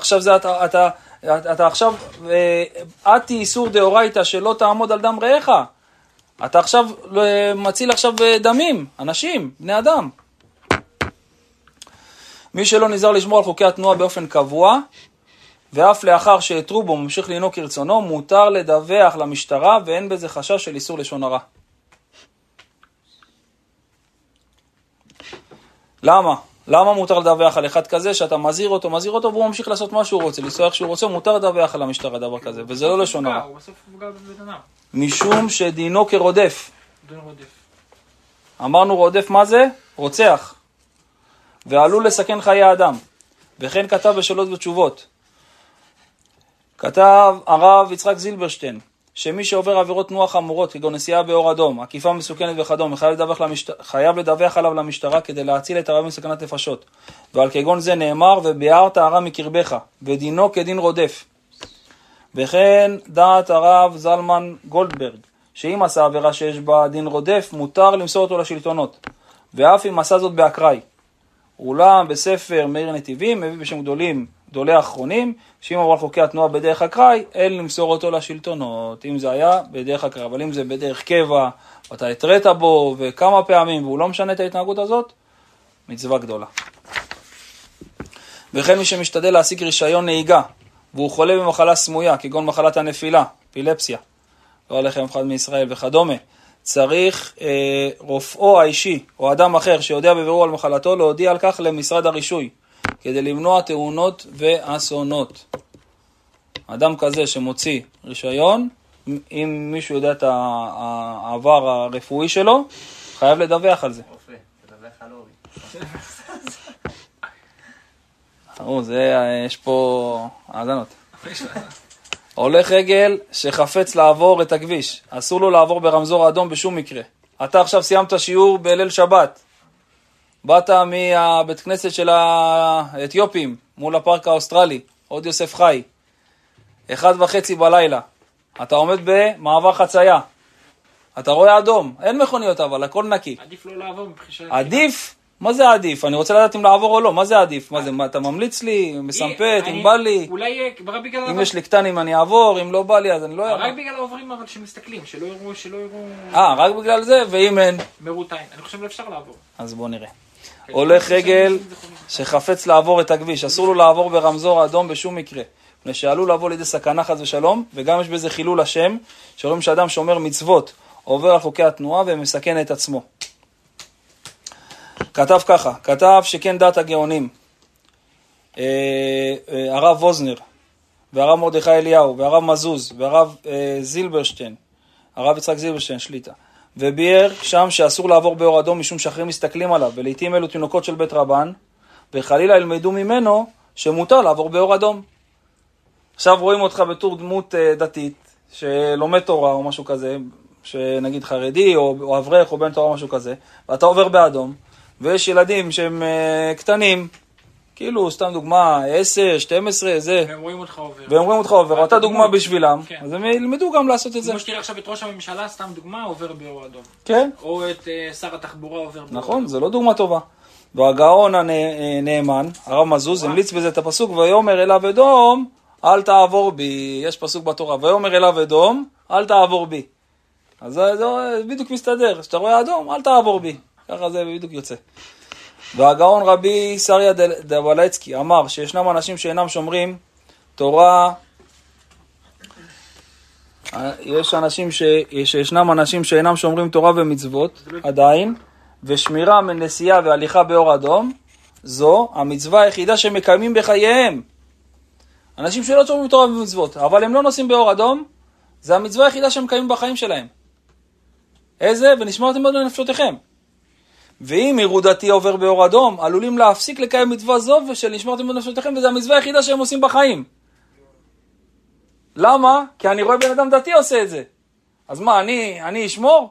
אתה עכשיו, אתי איסור דאורייתא שלא תעמוד על דם רעך, אתה עכשיו מציל עכשיו דמים, אנשים, בני אדם. מי שלא נזהר לשמור על חוקי התנועה באופן קבוע, ואף לאחר שהתרו בו ממשיך לנהוג כרצונו, מותר לדווח למשטרה, ואין בזה חשש של איסור לשון הרע. למה? למה מותר לדווח על אחד כזה שאתה מזהיר אותו, והוא ממשיך לעשות מה שהוא רוצה, לנסוע איך שהוא רוצה, מותר לדווח על המשטרה דבר כזה, וזה לא לשון הרע. הוא בסוף פוגע בבן אדם. משום שדינו כרודף. אמרנו רודף מה זה? רוצח. ועלול לסכן חיי אדם. וכן כתב בשאלות ותשובות. כתב הרב יצחק זילברשטיין, שמי שעובר עבירות תנועה חמורות, כגון נסיעה באור אדום, עקיפה מסוכנת וכדומה, חייב לדווח עליו למשטרה כדי להציל את הרב מסכנת נפשות. ועל כגון זה נאמר, וביערת הרע מקרבך, ודינו כדין רודף. וכן דעת הרב זלמן גולדברג, שאם עשה עבירה שיש בה דין רודף, מותר למסור אותו לשלטונות. ואף אם עשה זאת באקראי. אולם בספר מאיר נתיבים, מביא בשם גדולי האחרונים, שאם עבר חוקי התנועה בדרך אקראי, אין למסור אותו לשלטונות. אם זה היה בדרך אקראי, אבל אם זה בדרך קבע, ואתה התראת בו וכמה פעמים, והוא לא משנה את ההתנהגות הזאת, מצווה גדולה. וכן מי שמשתדל להשיג רישיון נהיגה, והוא חולה במחלה סמויה, כגון מחלת הנפילה, אפילפסיה, לא עליכם אחד מישראל וכדומה, צריך רופאו האישי או אדם אחר שיודע בבירור על מחלתו להודיע על כך למשרד הרישוי, כדי למנוע תאונות ואסונות. אדם כזה שמוציא רישיון, אם מישהו יודע את העבר הרפואי שלו, חייב לדווח על זה. אופי, תדווח על אורי. יש פה האזנות. הולך רגל שחפץ לעבור את הכביש, אסור לו לעבור ברמזור האדום בשום מקרה. אתה עכשיו סיימת שיעור בליל שבת, באת מהבית כנסת של האתיופים מול הפארק האוסטרלי, עוד יוסף חי, 1:30 בלילה, אתה עומד במעבר חצייה, אתה רואה אדום, אין מכוניות אבל הכל נקי. עדיף לא לעבור מבחישה. עדיף? מה זה עדיף? אני רוצה לדעת אם לעבור או לא, מה זה עדיף? מה זה, אתה ממליץ לי, מסמפת, אם בא לי? אולי רק בגלל... אם יש לי קטנים אני אעבור, אם לא בא לי אז אני לא אעבור. רק בגלל העוברים אבל שמסתכלים, שלא יראו... רק בגלל זה, ואם אין? מרות עין. אני חושב שאפשר לעבור. אז בוא נראה. הולך רגל שחפץ לעבור את הכביש, אסור לו לעבור ברמזור האדום בשום מקרה. מפני שעלול לבוא לידי סכנה חס ושלום, וגם יש בזה חילול השם, שרואים שאדם שומר מצוות, עובר על חוקי התנועה ומסכן את עצמו. כתב ככה, כתב שכן דת הגאונים, הרב ווזנר, והרב מרדכי אליהו, והרב מזוז, והרב זילברשטיין, הרב יצחק זילברשטיין שליטה, וביאר שם שאסור לעבור באור אדום משום שאחרים מסתכלים עליו, ולעיתים אלו תינוקות של בית רבן, וחלילה ילמדו ממנו שמותר לעבור באור אדום. עכשיו רואים אותך בתור דמות דתית, שלומד תורה או משהו כזה, שנגיד חרדי או אברך או בן תורה או משהו כזה, ואתה עובר באדום, ויש ילדים שהם קטנים, כאילו סתם דוגמה 10, 12, זה. והם רואים אותך עובר. והם רואים אותך עובר, ואתה דוגמה בשבילם, אז הם ילמדו גם לעשות את זה. כמו שתראה עכשיו את ראש הממשלה, סתם דוגמה, עובר באור אדום. כן. או את שר התחבורה עובר באור אדום. נכון, זה לא דוגמה טובה. והגאון הנאמן, הרב מזוז, המליץ בזה את הפסוק, ויאמר אליו אדום, אל תעבור בי. יש פסוק בתורה, ויאמר אליו אדום, אל תעבור בי. אז זה בדיוק מסתדר, כשאתה רואה אדום, אל תעבור בי. ככה זה בדיוק יוצא. והגאון רבי סריה דבלצקי אמר שישנם אנשים שאינם שומרים תורה, שישנם אנשים שאינם שומרים תורה ומצוות עדיין, ושמירה מנסיעה והליכה באור אדום, זו המצווה היחידה שמקיימים בחייהם. אנשים שלא שומרים תורה ומצוות, אבל הם לא נוסעים באור אדום, זה המצווה היחידה שמקיימים בחיים שלהם. איזה? ונשמרתם מאוד לנפשותיכם. ואם יראו דתי עובר באור אדום, עלולים להפסיק לקיים מצווה זו ושל נשמרתם בנפשותיכם, וזה המצווה היחידה שהם עושים בחיים. למה? כי אני רואה בן אדם דתי עושה את זה. אז מה, אני אשמור?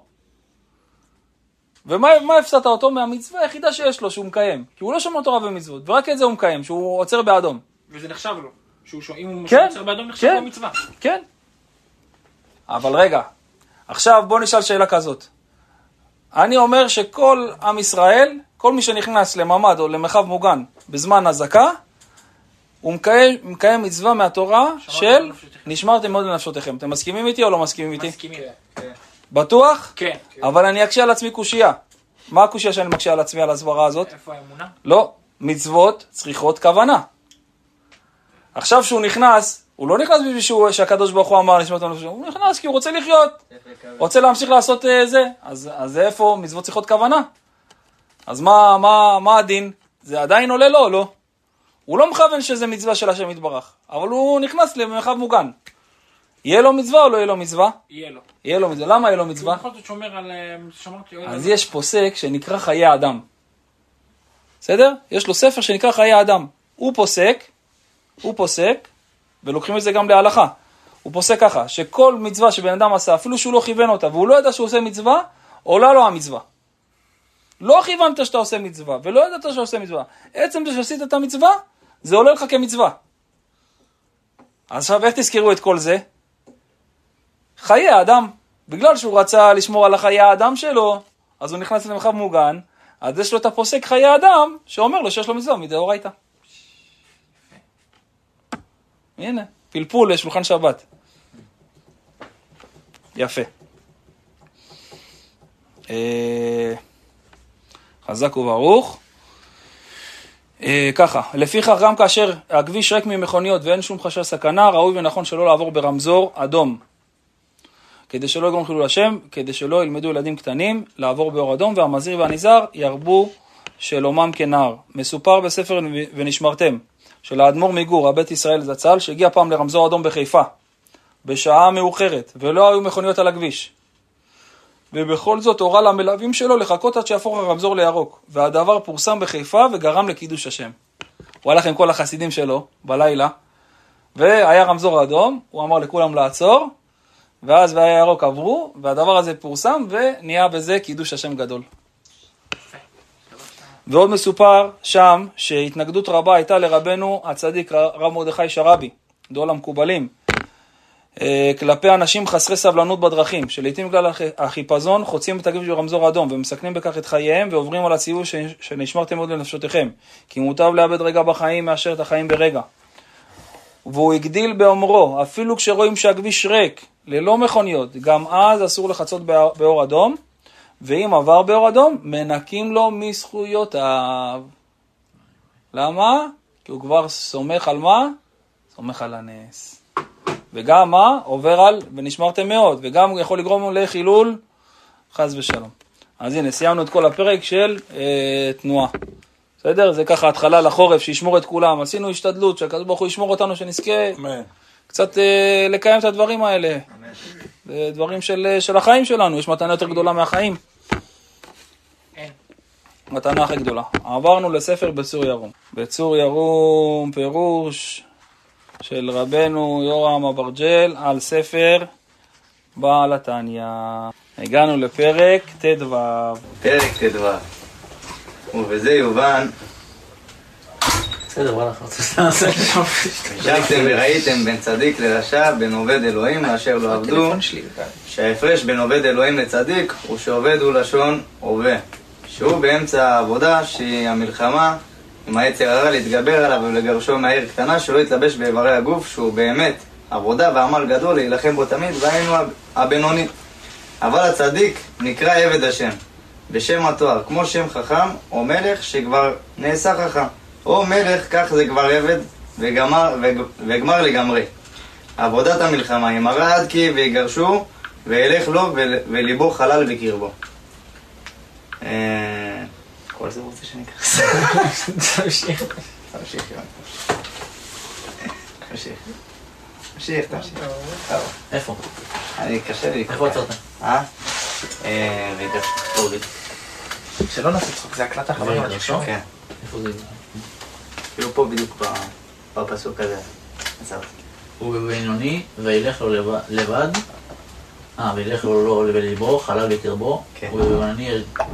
ומה הפסדת אותו? מהמצווה היחידה שיש לו שהוא מקיים. כי הוא לא שומר תורה ומצוות, ורק את זה הוא מקיים, שהוא עוצר באדום. וזה נחשב לו. אם הוא כן, עוצר באדום נחשב לו מצווה. כן. אבל רגע, עכשיו בוא נשאל שאלה כזאת. אני אומר שכל עם ישראל, כל מי שנכנס לממד או למרחב מוגן בזמן הזקה, הוא מקיים מצווה מהתורה של נשמרתם מאוד לנפשותיכם. אתם מסכימים איתי או לא מסכימים איתי? מסכימים. בטוח? כן. אבל אני אקשה על עצמי קושיה. מה הקושיה שאני מקשה על עצמי על הסברה הזאת? איפה האמונה? לא, מצוות צריכות כוונה. עכשיו שהוא נכנס, הוא לא נכנס בשביל שהקדוש ברוך הוא אמר נשמרתם לנפשותיכם, הוא נכנס כי הוא רוצה לחיות. רוצה להמשיך לעשות זה, אז איפה מצוות צריכות כוונה? אז מה הדין? זה עדיין עולה לו או לא? הוא לא מכוון שזה מצווה של השם יתברך, אבל הוא נכנס למרחב מוגן. יהיה לו מצווה או לא יהיה לו מצווה? יהיה לו. יהיה לו מצווה. למה יהיה לו מצווה? בכל זאת שומר על... אז יש פוסק שנקרא חיי אדם. בסדר? יש לו ספר שנקרא חיי אדם. הוא פוסק, ולוקחים את זה גם להלכה. הוא פוסק ככה, שכל מצווה שבן אדם עשה, אפילו שהוא לא כיוון אותה, והוא לא ידע שהוא עושה מצווה, עולה לו המצווה. לא כיוונת שאתה עושה מצווה, ולא ידעת שאתה עושה מצווה. עצם זה שעשית את המצווה, זה עולה לך כמצווה. אז עכשיו, איך תזכרו את כל זה? חיי האדם. בגלל שהוא רצה לשמור על החיי האדם שלו, אז הוא נכנס למרחב מוגן, אז יש לו את הפוסק חיי האדם, שאומר לו שיש לו מצווה מדאורייתא. הנה, פלפול לשולחן שבת. יפה. חזק וברוך. ככה, לפיכך גם כאשר הכביש ריק ממכוניות ואין שום חשש סכנה, ראוי ונכון שלא לעבור ברמזור אדום. כדי שלא יגרום חילול השם, כדי שלא ילמדו ילדים קטנים לעבור באור אדום, והמזהיר והנזהר ירבו שלומם כנער. מסופר בספר ונשמרתם, של האדמו"ר מגור, הבית ישראל זצ"ל, שהגיע פעם לרמזור אדום בחיפה, בשעה מאוחרת, ולא היו מכוניות על הכביש. ובכל זאת הורה למלווים שלו לחכות עד שיהפוך הרמזור לירוק. והדבר פורסם בחיפה וגרם לקידוש השם. הוא הלך עם כל החסידים שלו בלילה, והיה רמזור אדום, הוא אמר לכולם לעצור, ואז והיה ירוק עברו, והדבר הזה פורסם, ונהיה בזה קידוש השם גדול. ועוד מסופר שם שהתנגדות רבה הייתה לרבנו הצדיק רב מרדכי שרבי, גדול המקובלים, כלפי אנשים חסרי סבלנות בדרכים, שלעיתים בגלל החיפזון חוצים את הכביש ברמזור אדום ומסכנים בכך את חייהם ועוברים על הציווי שנשמרתם מאוד לנפשותיכם, כי מוטב לאבד רגע בחיים מאשר את החיים ברגע. והוא הגדיל באומרו, אפילו כשרואים שהכביש ריק, ללא מכוניות, גם אז אסור לחצות באור אדום, ואם עבר באור אדום, מנקים לו מזכויותיו. למה? כי הוא כבר סומך על מה? סומך על הנס. וגם מה? עובר על ונשמרתם מאוד, וגם הוא יכול לגרום לחילול חס ושלום. אז הנה, סיימנו את כל הפרק של תנועה. בסדר? זה ככה התחלה לחורף, שישמור את כולם. עשינו השתדלות, שהקדוש ברוך הוא ישמור אותנו, שנזכה קצת לקיים את הדברים האלה. דברים של החיים שלנו. יש מתנה יותר גדולה מהחיים. מתנה הכי גדולה. עברנו לספר בצור ירום. בצור ירום פירוש של רבנו יורם אברג'ל על ספר בעל התניא. הגענו לפרק ט"ו. פרק ט"ו. ובזה יובן, בסדר, וואלה, שבתם וראיתם בין צדיק לרשע, בין עובד אלוהים לאשר לא עבדו, שההפרש בין עובד אלוהים לצדיק הוא שעובד הוא לשון הווה, שהוא באמצע העבודה שהיא המלחמה עם היצר הרע להתגבר עליו ולגרשו מהעיר קטנה, שלא יתלבש באיברי הגוף, שהוא באמת עבודה ועמל גדול להילחם בו תמיד, והיינו הבינוני. אבל הצדיק נקרא עבד השם בשם התואר, כמו שם חכם או מלך שכבר נעשה חכם, או מלך, כך זה כבר עבד וגמר לגמרי. עבודת המלחמה היא מראה עד כי ויגרשו וילך לו וליבו חלל בקרבו. כל זה רוצה שאני אקח. תמשיך. איפה? אני קשה לי. איפה עצרת? שלא נעשה צחוק, זה הקלטה חברים. כן. איפה זה? כאילו פה בדיוק בפסוק הזה. הוא בבינוני וילך לו לבד. וילך לו לליבו, חלל בקרבו. הוא בבינוני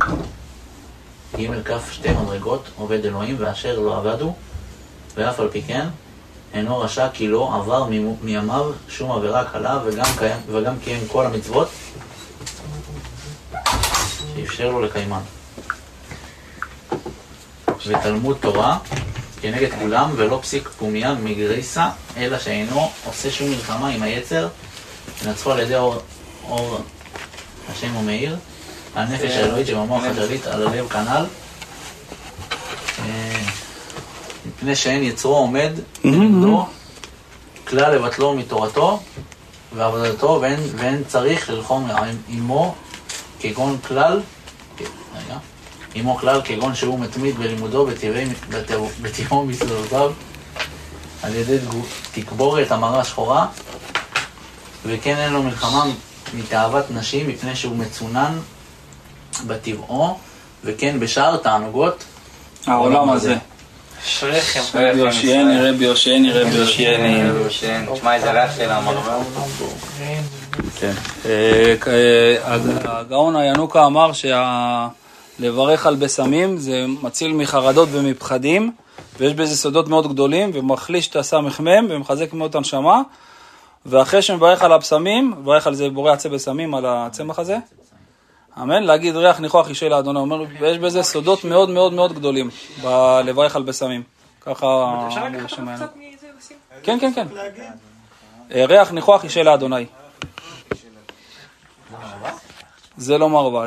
ג' כף שתי מדרגות, עובד אלוהים ואשר לא עבדו, ואף על פי כן אינו רשע כי לא עבר מימיו שום עבירה קלה וגם קיים כל המצוות שאפשר לו לקיימן. ותלמוד תורה כנגד כולם ולא פסיק פומיה מגריסה, אלא שאינו עושה שום מלחמה עם היצר, ינצחו על ידי אור השם ומאיר, הנפש האלוהית שבמוח השליט על הלב כנ"ל, מפני שאין יצרו עומד נגדו כלל לבטלו מתורתו ועבודתו, ואין צריך ללחום עמו כגון כלל, עמו כלל כגון שהוא מתמיד בלימודו בטבעו מסלולותיו על ידי תקבורת המרה שחורה, וכן אין לו מלחמה מתאוות נשים מפני שהוא מצונן בטבעו, וכן בשאר תענוגות העולם הזה. שריכם. רבי יושעני. תשמע איזה ריח של המרבה. כן. הגאון הינוקה אמר לברך על בסמים זה מציל מחרדות ומפחדים, ויש בזה סודות מאוד גדולים, ומחליש את הסמ"ם ומחזק מאוד את הנשמה. ואחרי שמברך על הבשמים, מברך על זה בורא עצי בסמים, על הצמח הזה, אמן, להגיד ריח ניחוח אישי לאדוני, אומר, ויש בזה סודות מאוד מאוד מאוד גדולים, לברך על בסמים. ככה... אפשר לקחת קצת מזה לשים? כן, כן, כן. ריח ניחוח אישי לאדוני. זה לא מרבה,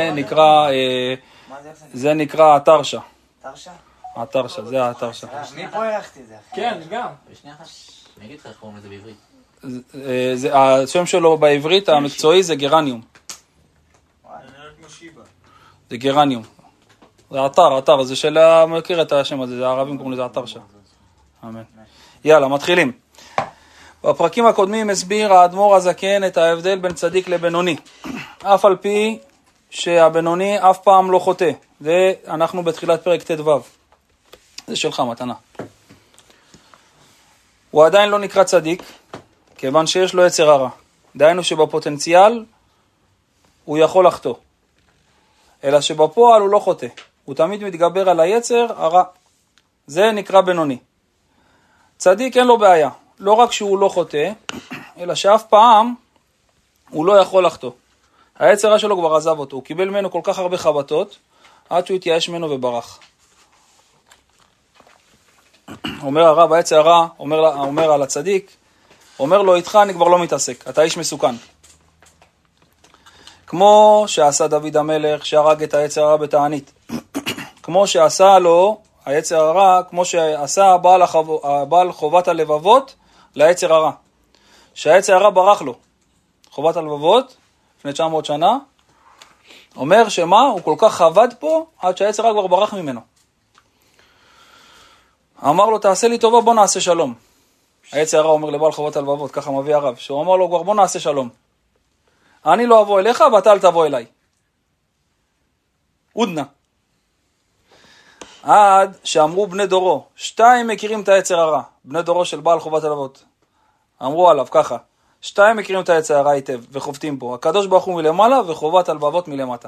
זה נקרא התרשה. תרשה? התרשה, זה התרשה. אני פה הלכתי את זה. כן, גם. בשנייה אחת, אני אגיד לך איך קוראים לזה בעברית. השם שלו בעברית המקצועי זה גרניום. זה גרניום. זה אתר, זה של מכיר את השם הזה, זה הערבים קוראים לזה אתר שם. אמן. יאללה, מתחילים. בפרקים הקודמים הסביר האדמו"ר הזקן את ההבדל בין צדיק לבינוני. אף על פי שהבינוני אף פעם לא חוטא. ואנחנו בתחילת פרק ט"ו. זה שלך, מתנה. הוא עדיין לא נקרא צדיק, כיוון שיש לו יצר הרע. דהיינו שבפוטנציאל הוא יכול לחטוא. אלא שבפועל הוא לא חוטא. הוא תמיד מתגבר על היצר הרע. זה נקרא בינוני. צדיק אין לו בעיה. לא רק שהוא לא חוטא, אלא שאף פעם הוא לא יכול לחטוא. היצר הרע שלו כבר עזב אותו. הוא קיבל ממנו כל כך הרבה חבטות, עד שהוא התייאש ממנו וברח. אומר הרב, היצר הרע, אומר על הצדיק, אומר לו, איתך אני כבר לא מתעסק, אתה איש מסוכן. כמו שעשה דוד המלך, שהרג את היצר הרע בתענית. כמו שעשה לו, היצר הרע, כמו שעשה בעל חובת הלבבות ליצר הרע. שהיצר הרע ברח לו. חובת הלבבות, לפני 900 שנה, אומר שמה, הוא כל כך חבד פה, עד שהיצר הרע כבר ברח ממנו. אמר לו, תעשה לי טובה, בוא נעשה שלום. היצר הרע אומר לבעל חובת הלבבות, ככה מביא הרב, שהוא אמר לו כבר, בוא נעשה שלום. אני לא אבוא אליך ואתה אל תבוא אליי. עודנה. עד שאמרו בני דורו, 2 מכירים את היצר הרע, בני דורו של בעל חובת הלבבות. אמרו עליו ככה, 2 מכירים את היצר הרע היטב וחובטים פה, הקדוש ברוך הוא מלמעלה וחובת הלבבות מלמטה.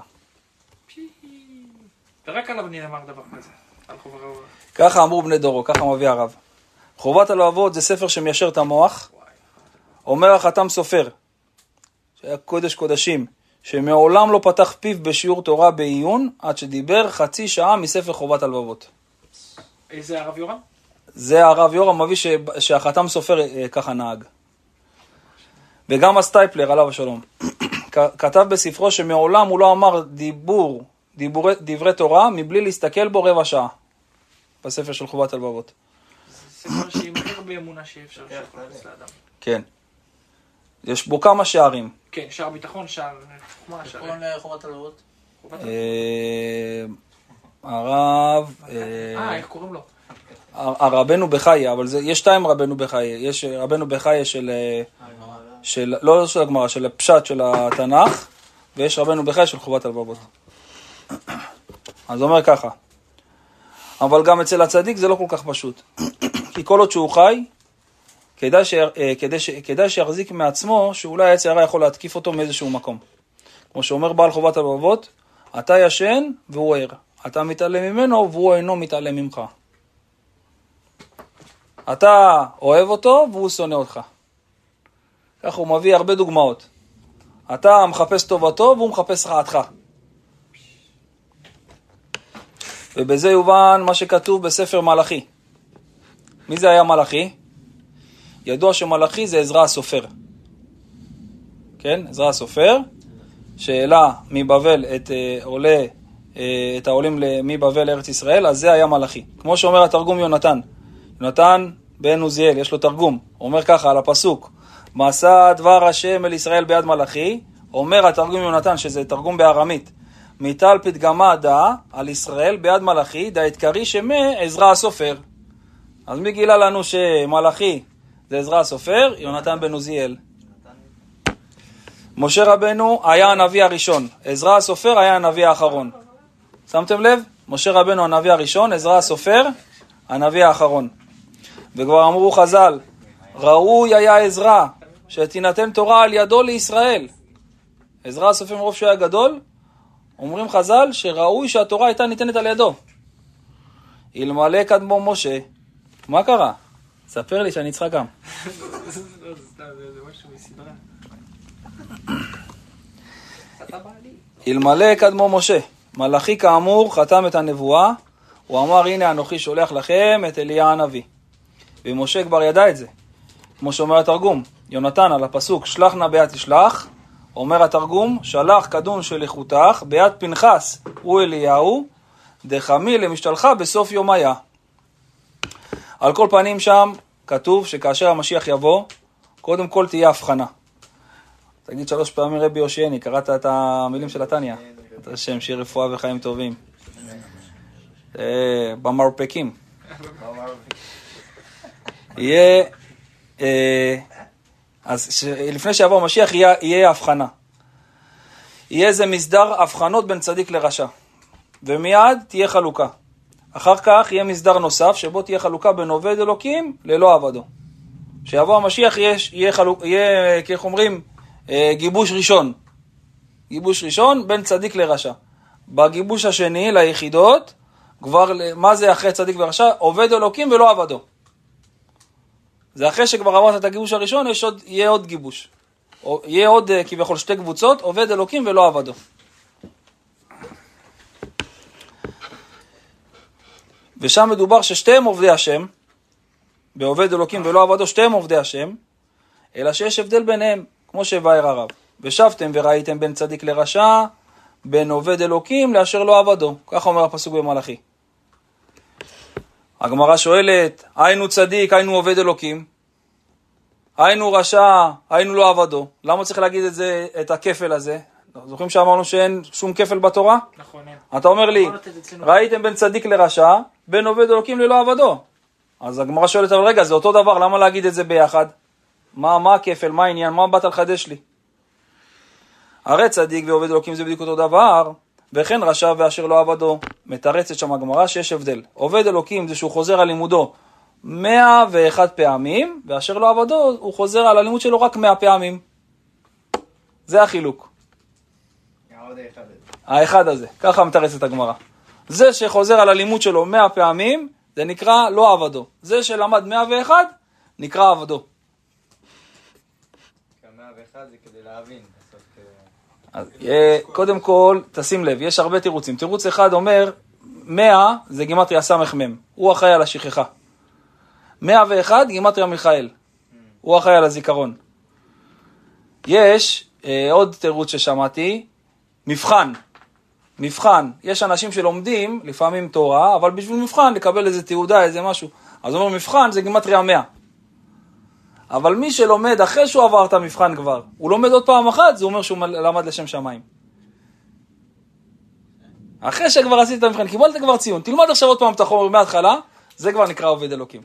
ורק עליו נאמר דבר כזה, על חובת הלבבות. ככה אמרו בני דורו, ככה מביא הרב. חובת הלבבות זה ספר שמיישר את המוח. אומר החתם סופר, שהיה קודש קודשים, שמעולם לא פתח פיו בשיעור תורה בעיון, עד שדיבר חצי שעה מספר חובת הלבבות. איזה הרב יורם? זה הרב יורם מביא שהחתם סופר ככה נהג. וגם הסטייפלר, עליו השלום, כתב בספרו שמעולם הוא לא אמר דברי תורה מבלי להסתכל בו רבע שעה. בספר של חובת הלבבות. זה ספר שימכר באמונה שאפשר להכניס לאדם. כן. יש בו כמה שערים. כן, שער ביטחון, שער... איך קוראים לחובת הלבבות? הרב... איך קוראים לו? הרבנו בחייה, אבל יש 2 רבנו בחייה. יש רבנו בחייה של... לא של הגמרא, של הפשט של התנ"ך, ויש רבנו בחייה של חובת הלבבות. אז אומר ככה. אבל גם אצל הצדיק זה לא כל כך פשוט. כי כל עוד שהוא חי, כדאי שיחזיק מעצמו, שאולי היצר הרע יכול להתקיף אותו מאיזשהו מקום. כמו שאומר בעל חובת הלבבות, אתה ישן והוא ער. אתה מתעלם ממנו והוא אינו מתעלם ממך. אתה אוהב אותו והוא שונא אותך. כך הוא מביא הרבה דוגמאות. אתה מחפש טובתו והוא מחפש רעתך. ובזה יובן מה שכתוב בספר מלאכי. מי זה היה מלאכי? ידוע שמלאכי זה עזרא הסופר. כן? עזרא הסופר, שאלה מבבל את העולים מבבל לארץ ישראל, אז זה היה מלאכי. כמו שאומר התרגום יונתן. יונתן בן עוזיאל, יש לו תרגום. הוא אומר ככה על הפסוק, מעשה דבר השם אל ישראל ביד מלאכי, אומר התרגום יונתן, שזה תרגום בארמית, מיטל פתגמה דה על ישראל ביד מלאכי, דה התקרי שמה עזרא הסופר. אז מי גילה לנו שמלאכי זה עזרא הסופר? יונתן בן עוזיאל. משה רבנו היה הנביא הראשון, עזרא הסופר היה הנביא האחרון. שמתם לב? משה רבנו הנביא הראשון, עזרא הסופר הנביא האחרון. וכבר אמרו חז"ל, ראוי היה עזרא שתינתן תורה על ידו לישראל. עזרא הסופר מרוב שהוא היה גדול, אומרים חז"ל שראוי שהתורה הייתה ניתנת על ידו. אלמלא קדמו משה. מה קרה? ספר לי שאני צריכה גם. זה משהו מסדרה. אלמלא קדמו משה. מלאכי כאמור חתם את הנבואה, הוא אמר הנה אנוכי שולח לכם את אליה הנביא. ומשה כבר ידע את זה. כמו שאומר התרגום, יונתן על הפסוק שלח נא ביד תשלח, אומר התרגום, שלח קדום שליחותך ביד פנחס הוא אליהו, דחמי למשתלחה בסוף יום היה. על כל פנים שם כתוב שכאשר המשיח יבוא, קודם כל תהיה הבחנה. תגיד 3 פעמים רבי יושייני, קראת את המילים של התניא. את השם, שיר רפואה וחיים טובים. במרפקים. יהיה, אז לפני שיבוא המשיח יהיה הבחנה. יהיה איזה מסדר הבחנות בין צדיק לרשע. ומיד תהיה חלוקה. אחר כך יהיה מסדר נוסף שבו תהיה חלוקה בין עובד אלוקים ללא עבדו. שיבוא המשיח יהיה, כך אומרים, גיבוש ראשון. גיבוש ראשון בין צדיק לרשע. בגיבוש השני ליחידות, כבר, מה זה אחרי צדיק ורשע? עובד אלוקים ולא עבדו. זה אחרי שכבר עברת את הגיבוש הראשון, יהיה עוד גיבוש. יהיה עוד כביכול שתי קבוצות, עובד אלוקים ולא עבדו. ושם מדובר ששתיהם עובדי השם, בעובד אלוקים ולא עבדו, שתיהם עובדי השם, אלא שיש הבדל ביניהם, כמו שבאר הרב. ושבתם וראיתם בין צדיק לרשע, בין עובד אלוקים לאשר לא עבדו. כך אומר הפסוק במלאכי. הגמרא שואלת, היינו צדיק, היינו עובד אלוקים, היינו רשע, היינו לא עבדו. למה צריך להגיד את הכפל הזה? זוכרים שאמרנו שאין שום כפל בתורה? נכון, אין. אתה אומר לי, ראיתם בין צדיק לרשע, בין עובד אלוקים ללא עבדו. אז הגמרא שואלת, אבל רגע, זה אותו דבר, למה להגיד את זה ביחד? מה הכפל, מה העניין, מה באת לחדש לי? הרי צדיק ועובד אלוקים זה בדיוק אותו דבר, וכן רשע ואשר לא עבדו. מתרצת שם הגמרא שיש הבדל. עובד אלוקים זה שהוא חוזר על לימודו 101 פעמים, ואשר לא עבדו הוא חוזר על הלימוד שלו רק 100 פעמים. זה החילוק. האחד הזה, ככה מתרצת הגמרא. זה שחוזר על הלימוד שלו 100 פעמים, זה נקרא לא עבדו. זה שלמד 101, נקרא עבדו. 101 זה כדי להבין. אז, קודם כל, תשים לב, יש הרבה תירוצים. תירוץ אחד אומר, 100 זה גימטריה סמ"ם, הוא אחראי על השכחה. 101 גימטריה מיכאל, הוא אחראי על הזיכרון. יש עוד תירוץ ששמעתי, מבחן. מבחן, יש אנשים שלומדים לפעמים תורה, אבל בשביל מבחן לקבל איזה תעודה, איזה משהו. אז הוא אומר, מבחן זה גימטריה 100. אבל מי שלומד אחרי שהוא עבר את המבחן כבר, הוא לומד עוד פעם אחת, זה אומר שהוא למד לשם שמיים. אחרי שכבר עשית את המבחן, קיבלת כבר ציון, תלמד עכשיו עוד פעם את החומר מההתחלה, זה כבר נקרא עובד אלוקים.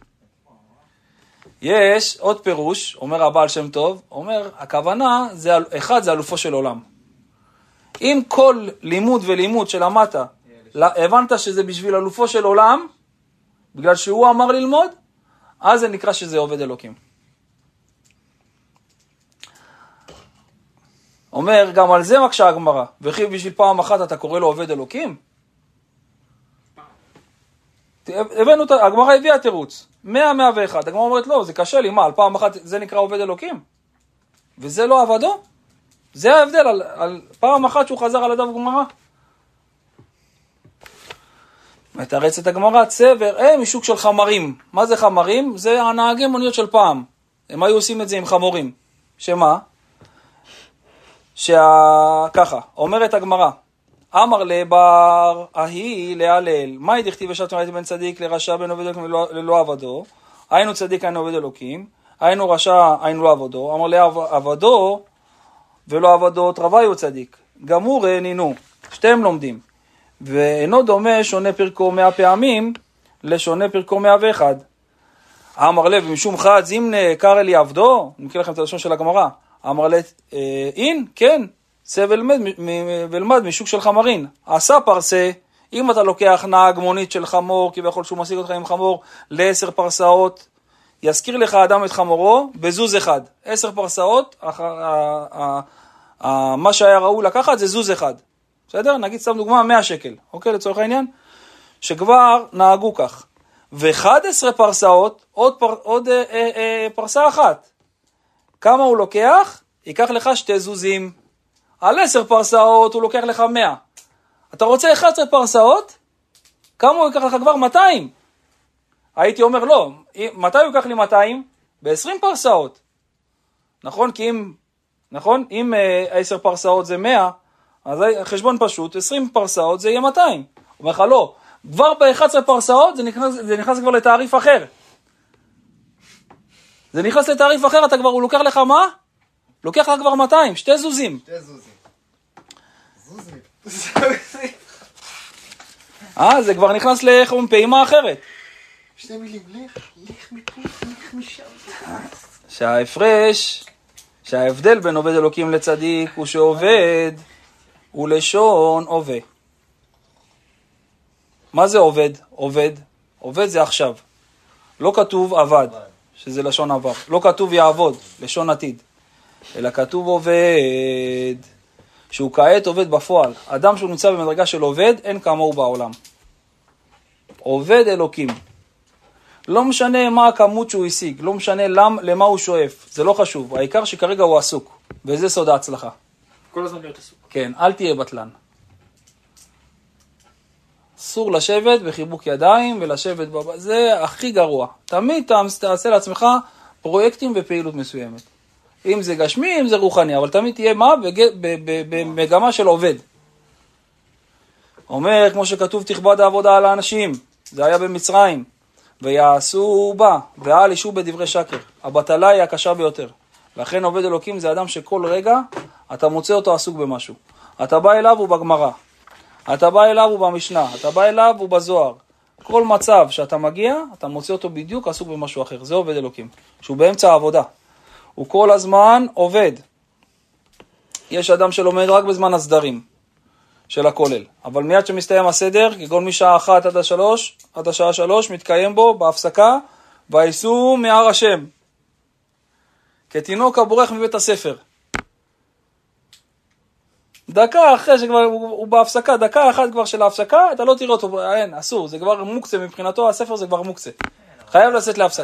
יש עוד פירוש, אומר הבעל שם טוב, אומר, הכוונה, אחד זה אלופו של עולם. אם כל לימוד ולימוד שלמדת, הבנת שזה בשביל אלופו של עולם, בגלל שהוא אמר ללמוד, אז זה נקרא שזה עובד אלוקים. אומר, גם על זה מקשה הגמרא, וכי בשביל פעם אחת אתה קורא לו עובד אלוקים? הבאנו, הגמרא הביאה תירוץ, 100, 101, הגמרא אומרת לא, זה קשה לי, מה, על פעם אחת זה נקרא עובד אלוקים? וזה לא עבדו? זה ההבדל, על פעם אחת שהוא חזר על הדף גמרא. מתרצת הגמרא, צבר, משוק של חמרים. מה זה חמרים? זה הנהגי מוניות של פעם. הם היו עושים את זה עם חמורים. שמה? ככה, אומרת הגמרא, אמר לבר ההיא להלל, מה דכתיב ושבתם ראיתם בין צדיק לרשע בין עובד אלוקים ללא עבדו? היינו צדיק היינו עובד אלוקים, היינו רשע היינו לא עבדו. אמר לעבדו ולא עבדו תרוויו צדיק, גם הוא ראינו, שתיהם לומדים, ואינו דומה שונה פרקו 100 פעמים לשונה פרקו 101. אמר לב משום חד זימנה קרא לי עבדו, אני מכיר לכם את הלשון של הגמרא, אמר לב אין, כן, צא ולמד משוק של חמרין, עשה פרסה, אם אתה לוקח נהג מונית של חמור, כי יכול שהוא משיג אותך עם חמור, ל10 פרסאות, יזכיר לך אדם את חמורו בזוז אחד. 10 פרסאות, מה שהיה ראוי לקחת זה זוז אחד. בסדר? נגיד סתם דוגמה 100 שקל. אוקיי, לצורך העניין? שכבר נהגו כך. ו11 פרסאות, עוד פרסה אחת. כמה הוא לוקח? ייקח לך 2 זוזים. על 10 פרסאות הוא לוקח לך 100. אתה רוצה 11 פרסאות? כמה הוא ייקח לך כבר? 200. הייתי אומר לא, מתי הוא ייקח לי 200? ב-20 פרסאות. נכון? כי אם 10 פרסאות זה 100, אז חשבון פשוט, 20 פרסאות זה יהיה 200. הוא אומר לך לא, כבר ב-11 פרסאות זה נכנס כבר לתעריף אחר. זה נכנס לתעריף אחר, הוא לוקח לך מה? לוקח לך כבר 200, 2 זוזים. 2 זוזים. זה כבר נכנס לפעימה אחרת. שתי מילים, לך מפה, לך משם. שההבדל בין עובד אלוקים לצדיק הוא שעובד הוא לשון הווה. מה זה עובד? עובד זה עכשיו. לא כתוב עבד, שזה לשון עבר. לא כתוב יעבוד, לשון עתיד. אלא כתוב עובד, שהוא כעת עובד בפועל. אדם שהוא נמצא במדרגה של עובד, אין כמוהו בעולם. עובד אלוקים. לא משנה מה הכמות שהוא השיג, לא משנה למה הוא שואף, זה לא חשוב. העיקר שכרגע הוא עסוק, וזה סוד ההצלחה. כל הזמן להיות עסוק. כן, אל תהיה בטלן. אסור לשבת בחיבוק ידיים ולשבת זה הכי גרוע. תמיד תעשה לעצמך פרויקטים בפעילות מסוימת. אם זה גשמי, אם זה רוחני, אבל תמיד תהיה מה? במגמה של עובד. אומר, כמו שכתוב, תכבד העבודה על האנשים. זה היה במצרים. ויעשו בה, ואל ישו בדברי שקר. הבטלה היא הקשה ביותר. לכן עובד אלוקים זה אדם שכל רגע אתה מוצא אותו עסוק במשהו. אתה בא אליו הוא בגמרא. אתה בא אליו הוא במשנה. אתה בא אליו הוא בזוהר. כל מצב שאתה מגיע, אתה מוצא אותו בדיוק עסוק במשהו אחר. זה עובד אלוקים. שהוא באמצע העבודה. הוא כל הזמן עובד. יש אדם שלומד רק בזמן הסדרים של הכולל. אבל מיד שמסתיים הסדר, כגון משעה 1 עד השעה 3, מתקיים בו בהפסקה, והיישום מהר השם. כתינוק הבורח מבית הספר. דקה אחרי שכבר הוא בהפסקה, דקה אחת כבר של ההפסקה, אתה לא תראה אותו, אין, אסור, זה כבר מוקצה מבחינתו, הספר זה כבר מוקצה. חייב לצאת להפסקה.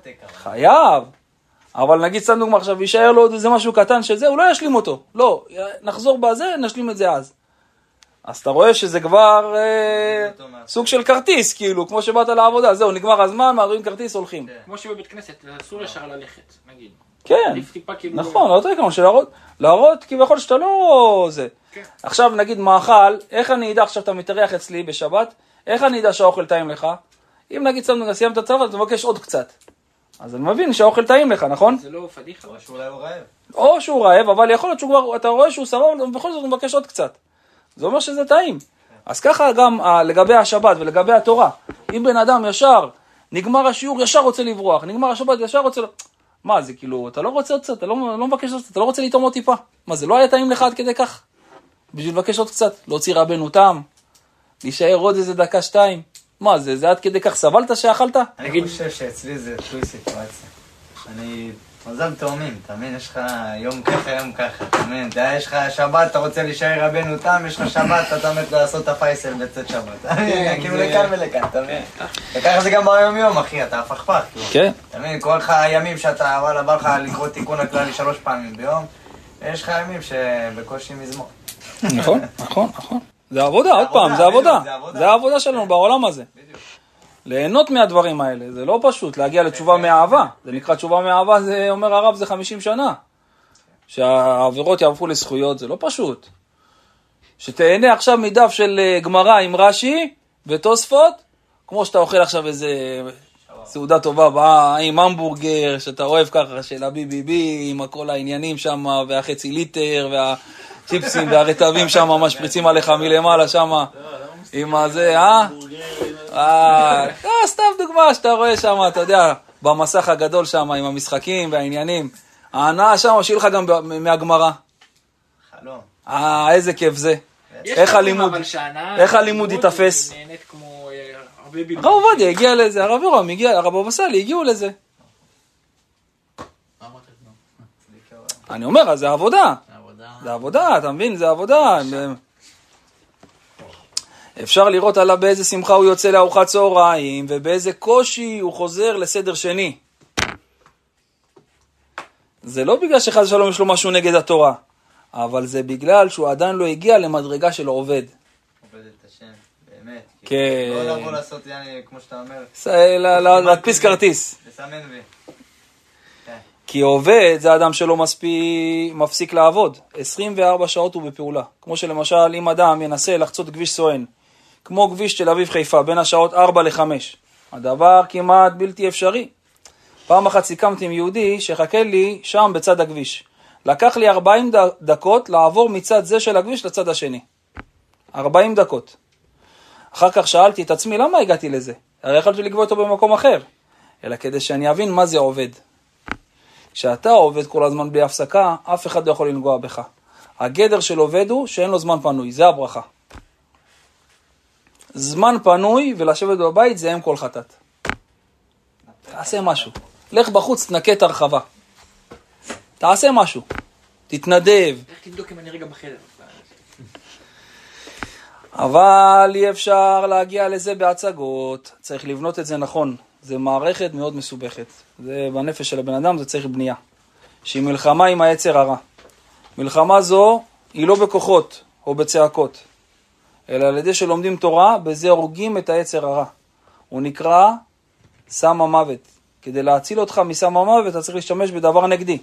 חייב. אבל נגיד סתם דוגמה עכשיו, יישאר לו עוד איזה משהו קטן שזה, הוא לא ישלים אותו. לא, נחזור בזה, נשלים את זה אז. אז אתה רואה שזה כבר סוג של כרטיס, כאילו, כמו שבאת לעבודה, זהו, נגמר הזמן, מעבירים כרטיס, הולכים. כמו שבבית כנסת, אסור ישר ללכת, נגיד. כן, נכון, לא יותר כמו להראות כביכול שאתה לא זה. עכשיו נגיד מאכל, איך אני אדע עכשיו אתה מתארח אצלי בשבת, איך אני אדע שהאוכל טעים לך? אם נגיד סיימת את הצלחת, אתה מבקש עוד קצת. אז אני מבין שהאוכל טעים לך, נכון? זה לא פדיחה. או שאולי הוא רעב. או שהוא רעב, אבל יכול להיות שאתה רואה שהוא סבב, ובכל זאת הוא מבקש עוד קצת. זה אומר שזה טעים. אז ככה גם לגבי השבת ולגבי התורה. אם בן אדם ישר, נגמר השיעור, ישר רוצה לברוח, נגמר השבת, ישר רוצה... מה זה כאילו, אתה לא רוצה עוד קצת, אתה לא מבקש עוד קצת, אתה לא רוצה לטעום עוד טיפה. מה זה לא היה טעים לך עד כדי כך? בשביל לבקש עוד קצת, להוציא רבנו טעם, להישאר עוד איזה דקה שתיים. מה זה עד כדי כך סבלת שאכלת? אני חושב שאצלי זה תלוי סיטואציה. אני עוזב תאומים, תאמין, יש לך יום ככה, יום ככה, תאמין, יש לך שבת, אתה רוצה להישאר רבנו טעם, יש לך שבת, אתה מת לעשות את הפייסל בצאת שבת. כאילו לכאן ולכאן, תאמין. וככה זה גם ביום יום, אחי, אתה הפכפך. כן. תאמין, כל לך הימים שאתה, וואלה, בא לך לקרוא תיקון הכללי 3 פעמים ביום, יש לך ימים שבקושי מזמור. נכון, נכון, נכון. זה עבודה, עוד פעם, זה עבודה. זה העבודה שלנו בעולם הזה. ליהנות מהדברים האלה, זה לא פשוט, להגיע לתשובה מאהבה. זה נקרא תשובה מאהבה, זה אומר הרב, זה 50 שנה. שהעבירות יעברו לזכויות, זה לא פשוט. שתהנה עכשיו מדף של גמרא עם רש"י ותוספות, כמו שאתה אוכל עכשיו איזה סעודה טובה באה עם המבורגר, שאתה אוהב ככה, של הביבי, עם כל העניינים שם, והחצי ליטר, והצ'יפסים והרטבים שם, משפריצים עליך מלמעלה שם, עם הזה, סתם דוגמה שאתה רואה שם, אתה יודע, במסך הגדול שם, עם המשחקים והעניינים, ההנאה שם, שיהיה לך גם מהגמרא. חלום. איזה כיף זה. איך הלימוד יתפס? הרב עובדיה הגיע לזה, הרב יורם הגיע, הרב אבא סאלי הגיעו לזה. אני אומר, זה עבודה. זה עבודה, אתה מבין? זה עבודה. אפשר לראות עליו באיזה שמחה הוא יוצא לארוחת צהריים, ובאיזה קושי הוא חוזר לסדר שני. זה לא בגלל שחס ושלום יש לו משהו נגד התורה, אבל זה בגלל שהוא עדיין לא הגיע למדרגה של עובד. עובד את השם, באמת. כן. לא לבוא לעשות, כמו שאתה אומר. להדפיס כרטיס. לסמן וי. כי עובד זה אדם שלא מפסיק לעבוד. 24 שעות הוא בפעולה. כמו שלמשל, אם אדם ינסה לחצות כביש סואן, כמו כביש תל אביב חיפה, בין השעות 4 ל-5, הדבר כמעט בלתי אפשרי. פעם אחת סיכמתי עם יהודי שחכה לי שם בצד הכביש. לקח לי 40 דקות לעבור מצד זה של הכביש לצד השני. 40 דקות. אחר כך שאלתי את עצמי, למה הגעתי לזה? הרי יכולתי לקבוע אותו במקום אחר, אלא כדי שאני אבין מה זה עובד. כשאתה עובד כל הזמן בלי הפסקה, אף אחד לא יכול לנגוע בך. הגדר של עובד הוא שאין לו זמן פנוי, זה הברכה. זמן פנוי ולשבת בבית זה אם כל חטאת. תעשה משהו. לך בחוץ, תנקה את הרחבה. תעשה משהו. תתנדב. איך תבדוק אם אני רגע בחדר? אבל אי אפשר להגיע לזה בהצגות. צריך לבנות את זה נכון. זה מערכת מאוד מסובכת. זה בנפש של הבן אדם, זה צריך בנייה. שהיא מלחמה עם היצר הרע. מלחמה זו היא לא בכוחות או בצעקות, אלא על ידי שלומדים תורה, בזה הורגים את היצר הרע. הוא נקרא סם המוות. כדי להציל אותך מסם המוות, אתה צריך להשתמש בדבר נגדי.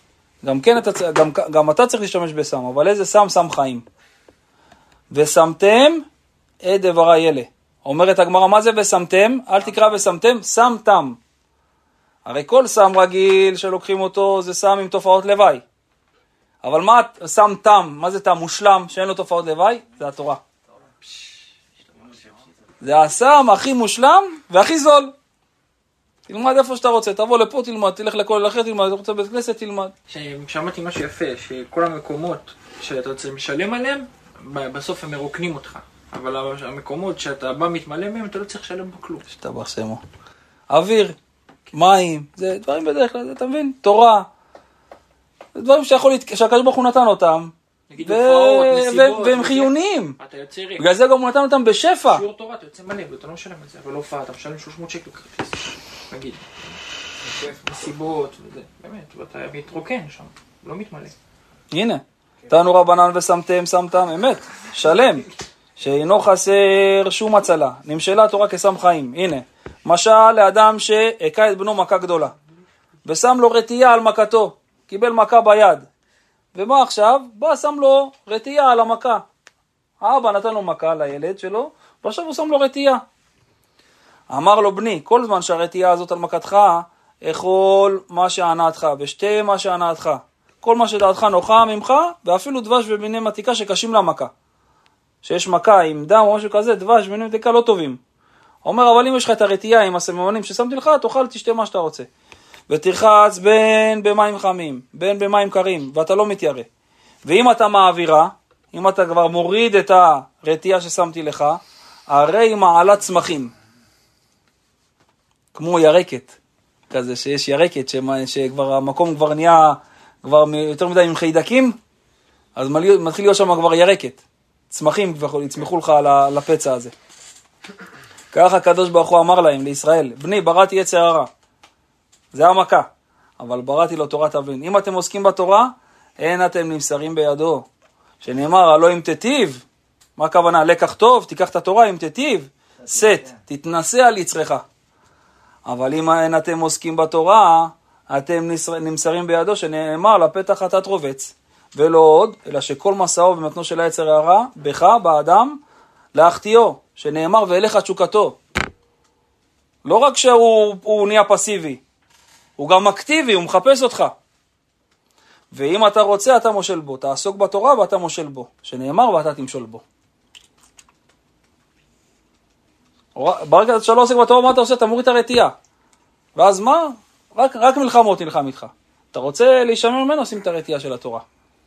גם אתה צריך להשתמש בסם, אבל איזה סם? סם חיים. ושמתם את דברי אלה. אומרת הגמרא, מה זה ושמתם? אל תקרא ושמתם, שמתם. הרי כל סם רגיל שלוקחים אותו זה סם עם תופעות לוואי. אבל מה סם תם? מה זה תם? מושלם שאין לו תופעות לוואי? זה התורה. זה הסם הכי מושלם והכי זול. תלמד איפה שאתה רוצה, תבוא לפה תלמד, תלך לכל אחר תלמד, אתה רוצה בית כנסת תלמד. שמעתי משהו יפה, שכל המקומות שאתה צריך לשלם עליהם, בסוף הם מרוקנים אותך. אבל המקומות שאתה בא מתמלא מהם, אתה לא צריך לשלם בו כלום. שתבח שמו. אוויר, מים, זה דברים בדרך כלל, אתה מבין? תורה. זה דברים שהקדוש ברוך הוא נתן אותם. והם חיוניים. אתה יוצא ריק. בגלל זה גם הוא נתן אותם בשפע. שיעור תורה, אתה יוצא מלא, ואתה לא משלם את זה, אבל לא הופעה, אתה משלם 300 שקל כרטיס. נגיד. מסיבות וזה, באמת, ואתה מתרוקן שם, לא מתמלא. הנה, תנו רבנן ושמתם, שמתם, אמת, שלם, שאינו חסר שום הצלה. נמשלה התורה כסם חיים. הנה, משל לאדם שהכה את בנו מכה גדולה, ושם לו רתייה על מכתו, קיבל מכה ביד. ומה עכשיו? בא, שם לו רתייה על המכה. האבא נתן לו מכה לילד שלו, ועכשיו הוא שם לו רתייה. אמר לו, בני, כל זמן שהרתייה הזאת על מכתך, אכול מה שענתך, ושתה מה שענתך. כל מה שדעתך נוחה ממך, ואפילו דבש ומיני מתיקה שקשים למכה. שיש מכה עם דם או משהו כזה, דבש ומיני מתיקה לא טובים. אומר, אבל אם יש לך את הרתייה עם הסממנים ששמתי לך, תאכל, תשתה מה שאתה רוצה. ותרחץ בין במים חמים, בין במים קרים, ואתה לא מתיירא. ואם אתה מעבירה, אם אתה כבר מוריד את הרתייה ששמתי לך, הרי היא מעלת צמחים. כמו ירקת, כזה שיש ירקת, שכבר המקום כבר נהיה כבר יותר מדי עם חיידקים, אז מתחיל להיות שם כבר ירקת. צמחים כבר יצמחו לך על הפצע הזה. ככה הקדוש ברוך הוא אמר להם, לישראל, בני, בראתי יצר הרע. זה המכה, אבל בראתי לו תורת אבין. אם אתם עוסקים בתורה, אין אתם נמסרים בידו. שנאמר, הלא אם תטיב, מה הכוונה? לקח טוב, תיקח את התורה, אם תטיב, סט, תתנסה על יצרך. אבל אם אין אתם עוסקים בתורה, אתם נמסרים בידו, שנאמר, לפתח חטאת רובץ. ולא עוד, אלא שכל מסעו במתנו של היצר הרע, בך, באדם, להחטיאו, שנאמר, ואליך תשוקתו. לא רק שהוא נהיה פסיבי, הוא גם אקטיבי, הוא מחפש אותך. ואם אתה רוצה, אתה מושל בו. תעסוק בתורה ואתה מושל בו. שנאמר ואתה תמשול בו. ברגע שאתה לא עוסק בתורה, מה אתה עושה? אתה מוריד את הרתייה. ואז מה? רק מלחמות נלחם איתך. אתה רוצה להישמר ממנו, שים את הרתייה של התורה.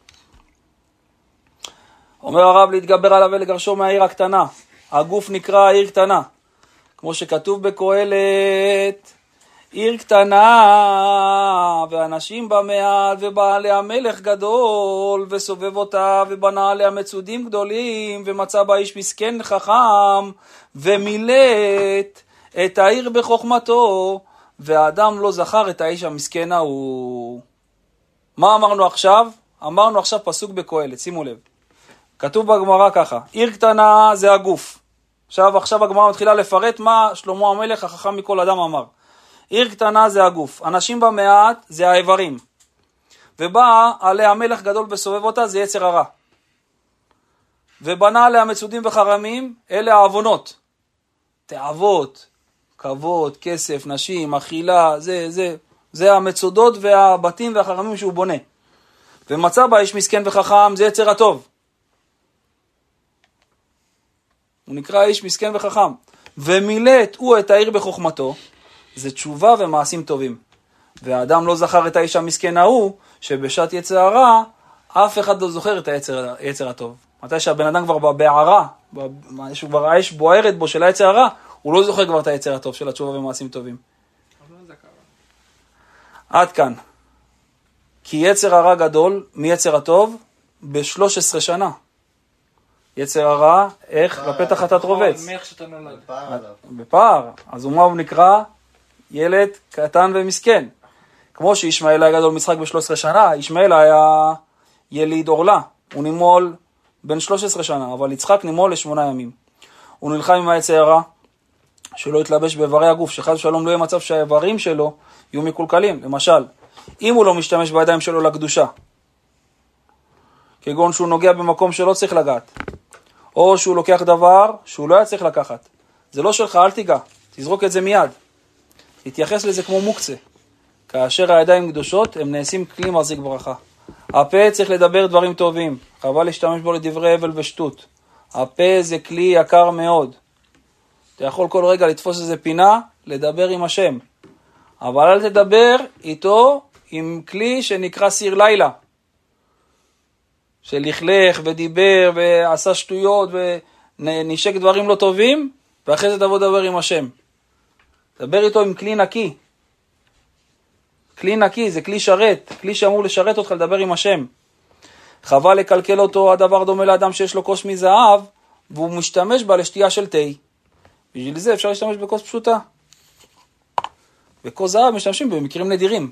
אומר הרב, להתגבר עליו ולגרשו מהעיר הקטנה. הגוף נקרא עיר קטנה. כמו שכתוב בקהלת, עיר קטנה, ואנשים בה מעט, ובא עליה מלך גדול, וסובב אותה, ובנה עליה מצודים גדולים, ומצא בה איש מסכן חכם, ומילט את העיר בחוכמתו, והאדם לא זכר את האיש המסכן ההוא. מה אמרנו עכשיו? אמרנו עכשיו פסוק בקהלת, שימו לב. כתוב בגמרא ככה, עיר קטנה זה הגוף. עכשיו הגמרא מתחילה לפרט מה שלמה המלך החכם מכל אדם אמר. עיר קטנה זה הגוף, אנשים בה מעט זה האיברים. ובא עליה מלך גדול בסובב אותה זה יצר הרע. ובנה עליה מצודים וחרמים, אלה העוונות. תאוות, כבוד, כסף, נשים, אכילה, זה המצודות והבתים והחרמים שהוא בונה. ומצא בה איש מסכן וחכם, זה יצר הטוב. הוא נקרא איש מסכן וחכם. ומילאת הוא את העיר בחוכמתו, זה תשובה ומעשים טובים. והאדם לא זכר את האיש המסכן ההוא, שבשעת יצר הרע, אף אחד לא זוכר את היצר הטוב. מתי שהבן אדם כבר בבערה, כבר האש בוערת בו של היצר הרע, הוא לא זוכר כבר את היצר הטוב של התשובה ומעשים טובים. עד כאן. כי יצר הרע גדול מיצר הטוב ב-13 שנה. יצר הרע, איך? בפתח חטאת רובץ. מאיך שאתה נולד. בפער. אז הוא נקרא ילד קטן ומסכן. כמו שישמעאל היה גדול משחק ב-13 שנה, ישמעאל היה יליד עורלה. הוא נימול בן 13 שנה, אבל יצחק נימול ל8 ימים. הוא נלחם עם היצר הרע, שלא יתלבש באיברי הגוף, שחד ושלום לא יהיה מצב שהאיברים שלו יהיו מקולקלים. למשל, אם הוא לא משתמש בידיים שלו לקדושה, כגון שהוא נוגע במקום שלא צריך לגעת, או שהוא לוקח דבר שהוא לא היה צריך לקחת. זה לא שלך, אל תיגע, תזרוק את זה מיד. תתייחס לזה כמו מוקצה. כאשר הידיים קדושות, הם נעשים כלי מחזיק ברכה. הפה צריך לדבר דברים טובים, חבל להשתמש בו לדברי הבל ושטות. הפה זה כלי יקר מאוד. אתה יכול כל רגע לתפוס איזה פינה, לדבר עם השם. אבל אל תדבר איתו עם כלי שנקרא סיר לילה. שלכלך ודיבר ועשה שטויות ונשק דברים לא טובים, ואחרי זה תבוא לדבר עם השם. דבר איתו עם כלי נקי. כלי נקי זה כלי שרת, כלי שאמור לשרת אותך לדבר עם השם. חבל לקלקל אותו, הדבר דומה לאדם שיש לו כוס מזהב, והוא משתמש בה לשתייה של תה. בשביל זה אפשר להשתמש בכוס פשוטה. בכוס זהב משתמשים במקרים נדירים.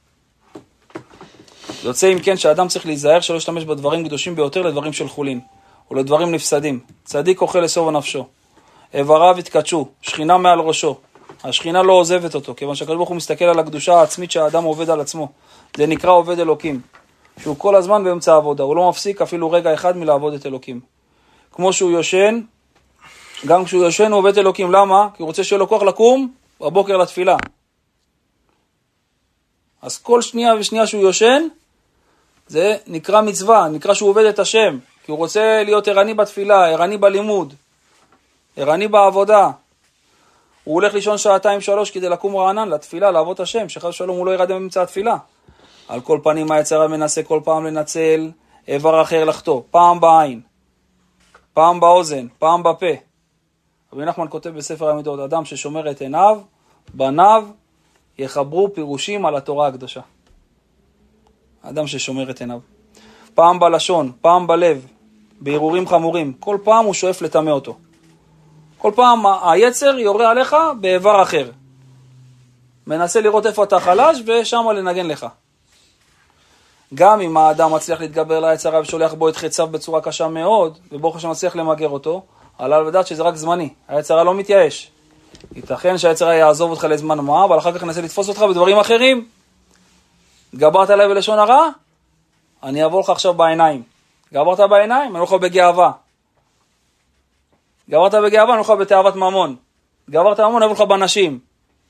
יוצא אם כן שהאדם צריך להיזהר שלא להשתמש בדברים קדושים ביותר לדברים של חולין, או לדברים נפסדים. צדיק אוכל לסוב נפשו. איבריו התקדשו, שכינה מעל ראשו. השכינה לא עוזבת אותו, כיוון שהקדוש ברוך הוא מסתכל על הקדושה העצמית שהאדם עובד על עצמו. זה נקרא עובד אלוקים, שהוא כל הזמן באמצע העבודה, הוא לא מפסיק אפילו רגע אחד מלעבוד את אלוקים. כמו שהוא יושן, גם כשהוא יושן הוא עובד אלוקים. למה? כי הוא רוצה שיהיה לו כוח לקום בבוקר לתפילה. אז כל שנייה ושנייה שהוא יושן, זה נקרא מצווה, נקרא שהוא עובד את השם, כי הוא רוצה להיות ערני בתפילה, ערני בלימוד, ערני בעבודה. הוא הולך לישון 2-3 כדי לקום רענן לתפילה, לעבוד השם, שחד שלום הוא לא ירדם באמצע התפילה. על כל פנים היצר הרע מנסה כל פעם לנצל איבר אחר לחטוא, פעם בעין, פעם באוזן, פעם בפה. רבי נחמן כותב בספר המידות, אדם ששומר את עיניו, בניו יחברו פירושים על התורה הקדושה. אדם ששומר את עיניו. פעם בלשון, פעם בלב, בהרהורים חמורים. כל פעם הוא שואף לטמא אותו. כל פעם היצר יורה עליך באיבר אחר. מנסה לראות איפה אתה חלש ושם לנגן לך. גם אם האדם מצליח להתגבר ליצר הרע ושולח בו את חציו בצורה קשה מאוד, וברוך השם מצליח למגר אותו, עליו לדעת שזה רק זמני. היצר הרע לא מתייאש. ייתכן שהיצר הרע יעזוב אותך לזמן מה, אבל אחר כך ננסה לתפוס אותך בדברים אחרים. התגברת עליי בלשון הרע, אני אבוא לך עכשיו בעיניים. גברת בעיניים, אני אבוא לך בגאווה. גברת בגאווה, אני אבוא לך בתאוות ממון. גברת ממון, אני אבוא לך בנשים.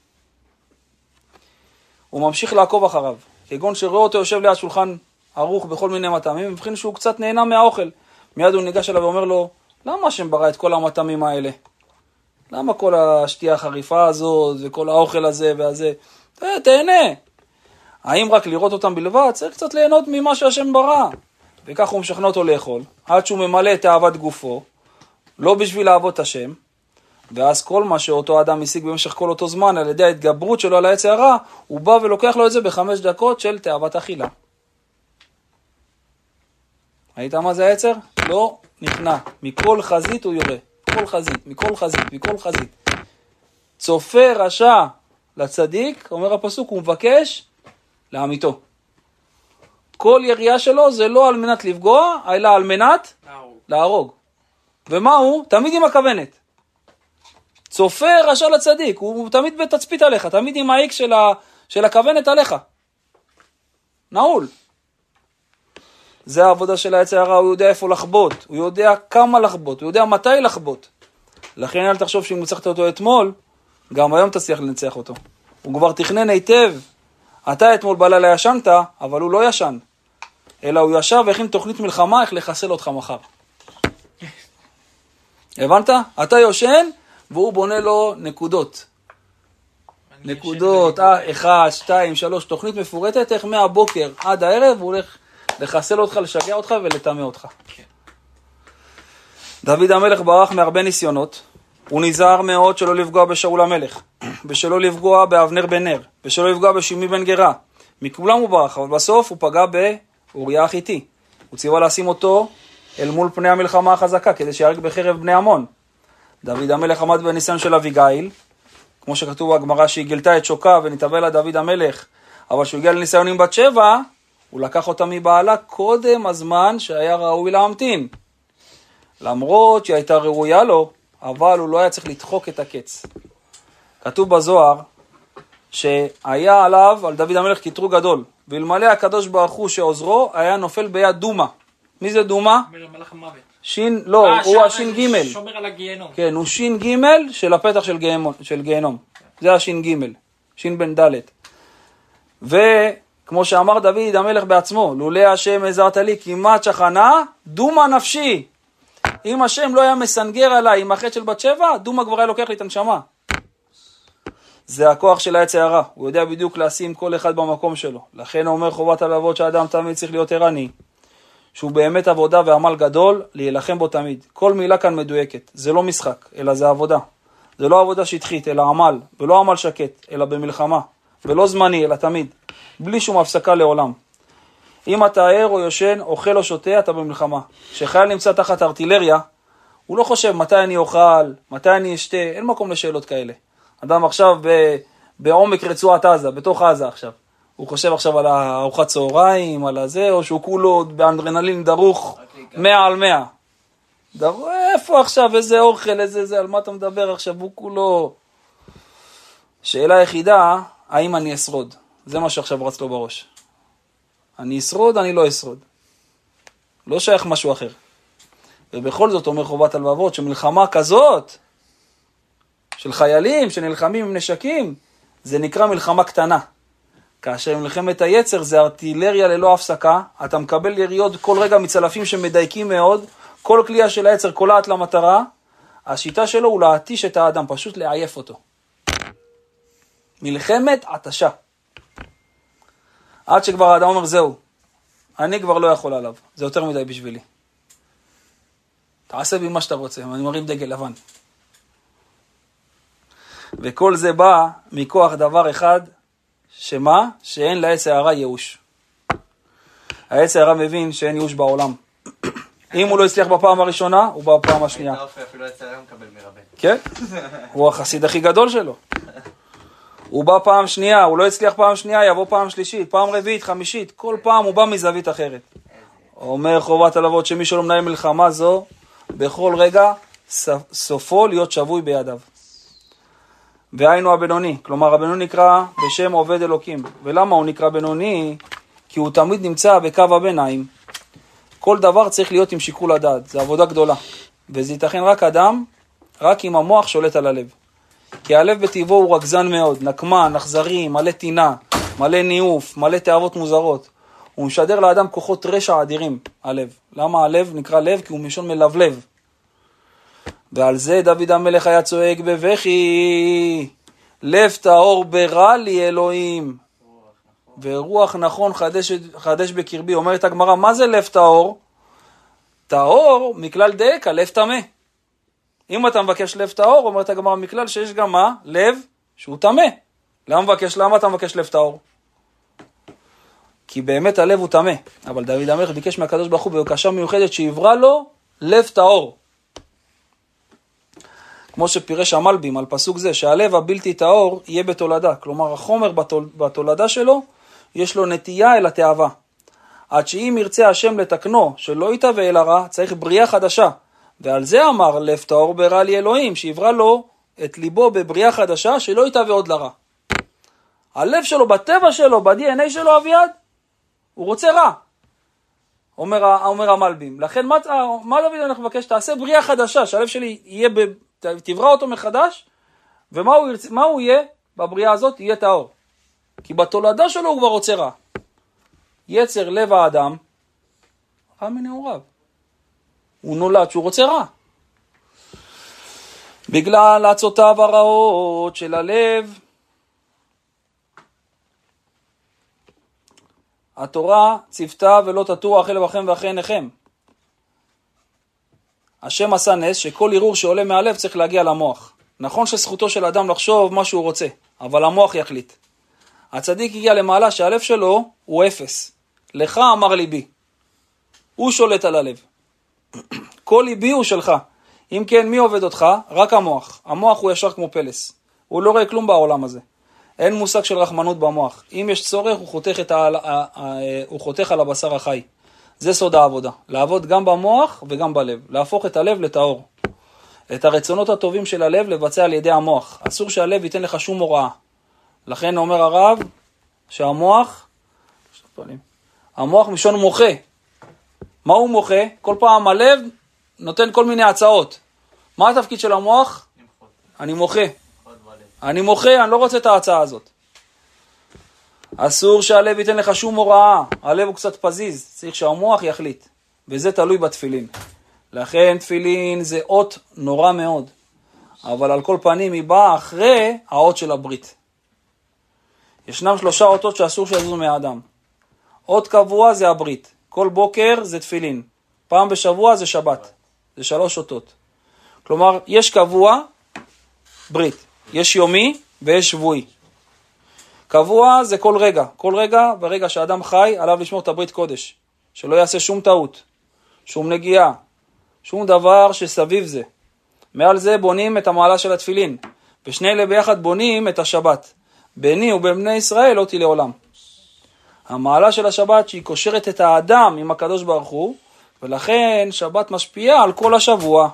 הוא ממשיך לעקוב אחריו. כגון שרואה אותו יושב ליד שולחן ערוך בכל מיני מטעמים, מבחין שהוא קצת נהנה מהאוכל. מיד הוא ניגש אליו ואומר לו, למה השם ברא את כל המטעמים האלה? למה כל השתייה החריפה הזאת וכל האוכל הזה והזה? תהנה. האם רק לראות אותם בלבד? צריך קצת ליהנות ממה שהשם ברא. וכך הוא משכנע אותו לאכול, עד שהוא ממלא את תאוות גופו, לא בשביל לעבוד את השם, ואז כל מה שאותו אדם השיג במשך כל אותו זמן, על ידי ההתגברות שלו על היצר הרע, הוא בא ולוקח לו את זה ב5 דקות של תאוות אכילה. ראית מה זה היצר? לא נכנע. מכל חזית הוא יורה. כל חזית, מכל חזית, מכל חזית. צופה רשע לצדיק, אומר הפסוק, הוא מבקש לאמיתו. כל ירייה שלו זה לא על מנת לפגוע, אלא על מנת להרוג. ומה הוא? תמיד עם הכוונת. צופה רשע לצדיק, הוא תמיד בתצפית עליך, תמיד עם האיקס של הכוונת עליך. נעול. זה העבודה של היצר הרע, הוא יודע איפה לחבוט, הוא יודע כמה לחבוט, הוא יודע מתי לחבוט. לכן אל תחשוב שאם ניצחת אותו אתמול, גם היום תצליח לנצח אותו. הוא כבר תכנן היטב. אתה אתמול בלילה ישנת, אבל הוא לא ישן. אלא הוא ישב והכין תוכנית מלחמה איך לחסל אותך מחר. הבנת? אתה יושן, והוא בונה לו נקודות. נקודות, 1, 2, 3, תוכנית מפורטת, איך מהבוקר עד הערב הוא הולך לחסל אותך, לשגע אותך ולטמא אותך. כן. דוד המלך ברח מהרבה ניסיונות, הוא נזהר מאוד שלא לפגוע בשאול המלך, ושלא לפגוע באבנר בן נר, ושלא לפגוע בשימי בן גרה. מכולם הוא ברח, אבל בסוף הוא פגע באוריה החיתי. הוא ציווה לשים אותו אל מול פני המלחמה החזקה, כדי שיהרג בחרב בני עמון. דוד המלך עמד בניסיון של אביגיל, כמו שכתוב בגמרא שהיא גילתה את שוקה ונתאבל לה דוד המלך, אבל שהוא הגיע לניסיון עם בת שבע, הוא לקח אותה מבעלה קודם הזמן שהיה ראוי להמתין. למרות שהיא הייתה ראויה לו, אבל הוא לא היה צריך לדחוק את הקץ. כתוב בזוהר שהיה עליו, על דוד המלך, קטרוג גדול, ואלמלא הקדוש ברוך הוא שעוזרו, היה נופל ביד דומה. מי זה דומה? מלך המוות. שין, לא, הוא השין גימל. שומר על הגיהנום. כן, הוא שין גימל של הפתח של גיהנום. זה השין גימל, שין בן ד'. וכמו שאמר דוד המלך בעצמו, לולא השם עזרת לי כמעט שכנה, דומה נפשי. אם השם לא היה מסנגר עליי עם החטא של בת שבע, דומה כבר היה לוקח לי את הנשמה. זה הכוח של העץ הרע. הוא יודע בדיוק לשים כל אחד במקום שלו. לכן הוא אומר חובת הלוות שהאדם תמיד צריך להיות ערני. שהוא באמת עבודה ועמל גדול, להילחם בו תמיד. כל מילה כאן מדויקת. זה לא משחק, אלא זה עבודה. זה לא עבודה שטחית, אלא עמל. ולא עמל שקט, אלא במלחמה. ולא זמני, אלא תמיד. בלי שום הפסקה לעולם. אם אתה ער או יושן, אוכל או שותה, אתה במלחמה. כשחייל נמצא תחת ארטילריה, הוא לא חושב מתי אני אוכל, מתי אני אשתה, אין מקום לשאלות כאלה. אדם עכשיו בעומק רצועת עזה, בתוך עזה עכשיו. הוא חושב עכשיו על הארוחת צהריים, על הזה, או שהוא כולו באנדרנלין דרוך 100 על 100. איפה עכשיו, איזה אוכל, איזה זה, על מה אתה מדבר עכשיו, הוא כולו... שאלה יחידה, האם אני אשרוד? זה מה שעכשיו רץ לו בראש. אני אשרוד, אני לא אשרוד. לא שייך משהו אחר. ובכל זאת אומר חובת הלבבות, שמלחמה כזאת, של חיילים שנלחמים עם נשקים, זה נקרא מלחמה קטנה. כאשר מלחמת היצר זה ארטילריה ללא הפסקה, אתה מקבל יריות כל רגע מצלפים שמדייקים מאוד, כל כלייה של היצר קולעת למטרה, השיטה שלו הוא להתיש את האדם, פשוט לעייף אותו. מלחמת עטשה. עד שכבר האדם אומר זהו, אני כבר לא יכול עליו, זה יותר מדי בשבילי. תעשה בי מה שאתה רוצה, אני מרים דגל לבן. וכל זה בא מכוח דבר אחד, שמה? שאין לעץ הרע ייאוש. העץ הרע מבין שאין ייאוש בעולם. אם הוא לא הצליח בפעם הראשונה, הוא בא בפעם השנייה. אפילו העץ הרע מקבל מרבה. כן? הוא החסיד הכי גדול שלו. הוא בא פעם שנייה, הוא לא הצליח פעם שנייה, יבוא פעם שלישית, פעם רביעית, חמישית, כל פעם הוא בא מזווית אחרת. אומר חובת הלוות שמי שלא מנהל מלחמה זו, בכל רגע סופו להיות שבוי בידיו. והיינו הבינוני, כלומר הבינוני נקרא בשם עובד אלוקים. ולמה הוא נקרא בינוני? כי הוא תמיד נמצא בקו הביניים. כל דבר צריך להיות עם שיקול הדעת, זה עבודה גדולה. וזה ייתכן רק אדם, רק אם המוח שולט על הלב. כי הלב בטבעו הוא רגזן מאוד, נקמן, אכזרי, מלא טינה, מלא ניאוף, מלא תאוות מוזרות. הוא משדר לאדם כוחות רשע אדירים, הלב. למה הלב נקרא לב? כי הוא משון מלבלב. ועל זה דוד המלך היה צועק בבכי, לב טהור ברע לי אלוהים, ורוח נכון חדש בקרבי. אומרת הגמרא, מה זה לב טהור? טהור מכלל דאקה, לב טמא. אם אתה מבקש לב טהור, אומרת הגמרא מכלל שיש גם מה? לב שהוא טמא. למה אתה מבקש לב טהור? כי באמת הלב הוא טמא. אבל דוד המלך ביקש מהקדוש ברוך הוא בבקשה מיוחדת שיברא לו לב טהור. כמו שפירש המלבים על פסוק זה, שהלב הבלתי טהור יהיה בתולדה. כלומר, החומר בתולדה שלו, יש לו נטייה אל התאווה. עד שאם ירצה השם לתקנו, שלא יתאווה אל הרע, צריך בריאה חדשה. ועל זה אמר, לב טהור ברע לי אלוהים, שיברא לו את ליבו בבריאה חדשה, שלא יתאווה עוד לרע. הלב שלו, בטבע שלו, ב-DNA שלו, אביעד, הוא רוצה רע. אומר המלבים. לכן, מה דוד אנחנו מבקש? תעשה בריאה חדשה, שהלב שלי יהיה תברא אותו מחדש, ומה הוא יהיה בבריאה הזאת? יהיה טהור. כי בתולדה שלו הוא כבר רוצה רע. יצר לב האדם, רע מנעוריו. הוא נולד שהוא רוצה רע. בגלל עצותיו הרעות של הלב, התורה ציוותה ולא תטורו אחרי לבכם ואחרי עיניכם. השם עשה נס שכל ערעור שעולה מהלב צריך להגיע למוח. נכון שזכותו של אדם לחשוב מה שהוא רוצה, אבל המוח יחליט. הצדיק הגיע למעלה שהלב שלו הוא אפס. לך אמר ליבי. הוא שולט על הלב. כל ליבי הוא שלך. אם כן, מי עובד אותך? רק המוח. המוח הוא ישר כמו פלס. הוא לא רואה כלום בעולם הזה. אין מושג של רחמנות במוח. אם יש צורך, הוא חותך על הבשר החי. זה סוד העבודה. לעבוד גם במוח וגם בלב. להפוך את הלב לטהור. את הרצונות הטובים של הלב לבצע על ידי המוח. אסור שהלב ייתן לך שום הוראה. לכן אומר הרב שהמוח, המוח משון מוחה. מה הוא מוחה? כל פעם הלב נותן כל מיני הצעות. מה התפקיד של המוח? אני מוחה. אני מוחה, אני לא רוצה את ההצעה הזאת. אסור שהלב ייתן לך שום הוראה. הלב הוא קצת פזיז, צריך שהמוח יחליט. וזה תלוי בתפילין. לכן תפילין זה אות נורא מאוד. אבל על כל פנים היא באה אחרי האות של הברית. ישנם 3 אותות שאסור שיזוזו מהאדם. אות קבוע זה הברית. כל בוקר זה תפילין. פעם בשבוע זה שבת. זה 3 אותות. כלומר, יש קבוע, ברית. יש יומי ויש שבועי. קבוע זה כל רגע. כל רגע, ברגע שאדם חי, עליו לשמור את הברית קודש. שלא יעשה שום טעות, שום נגיעה, שום דבר שסביב זה. מעל זה בונים את המעלה של התפילין. ושני אלה ביחד בונים את השבת. ביני ובבני ישראל לא תהיה לעולם. המעלה של השבת שהיא קושרת את האדם עם הקדוש ברוך הוא, ולכן שבת משפיעה על כל השבוע.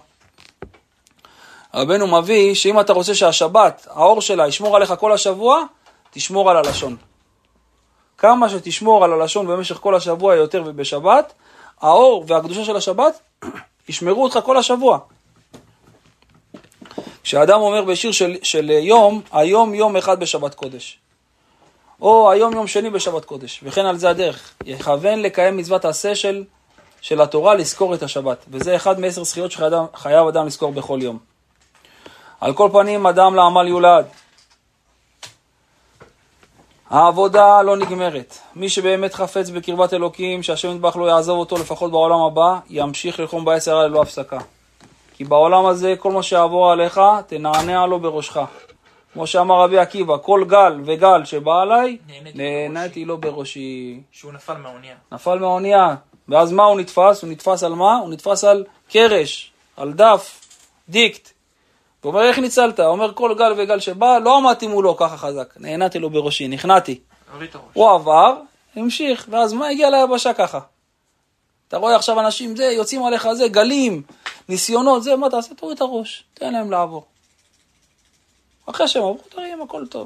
רבנו מביא שאם אתה רוצה שהשבת, האור שלה ישמור עליך כל השבוע, תשמור על הלשון. כמה שתשמור על הלשון במשך כל השבוע יותר ובשבת, האור והקדושה של השבת ישמרו אותך כל השבוע. כשאדם אומר בשיר של יום, היום יום אחד בשבת קודש. או היום יום שני בשבת קודש. וכן על זה הדרך. יכוון לקיים מצוות עשה של התורה לזכור את השבת. וזה אחד מ10 זכיות שחייב אדם לזכור בכל יום. על כל פנים, אדם לעמל יולד. העבודה לא נגמרת. מי שבאמת חפץ בקרבת אלוקים, שהשם יתברך לא יעזוב אותו לפחות בעולם הבא, ימשיך ללחום בעץ הרע ללא הפסקה. כי בעולם הזה, כל מה שיעבור עליך, תנענע לו בראשך. כמו שאמר רבי עקיבא, כל גל וגל שבא עליי, נהניתי לו בראשי. שהוא נפל מהאונייה. נפל מהאונייה. ואז מה הוא נתפס? הוא נתפס על מה? הוא נתפס על קרש, על דף, דיקט. הוא אומר, איך ניצלת? הוא אומר, כל גל וגל שבא, לא עמדתי מולו ככה חזק. נהניתי לו בראשי, נכנעתי. הוא עבר, המשיך, ואז מה הגיע ליבשה ככה? אתה רואה עכשיו אנשים, זה, יוצאים עליך, זה, גלים, ניסיונות, זה, מה תעשה? תוריד את הראש, תן להם לעבור. אחרי שהם עברו, תראים, הכל טוב.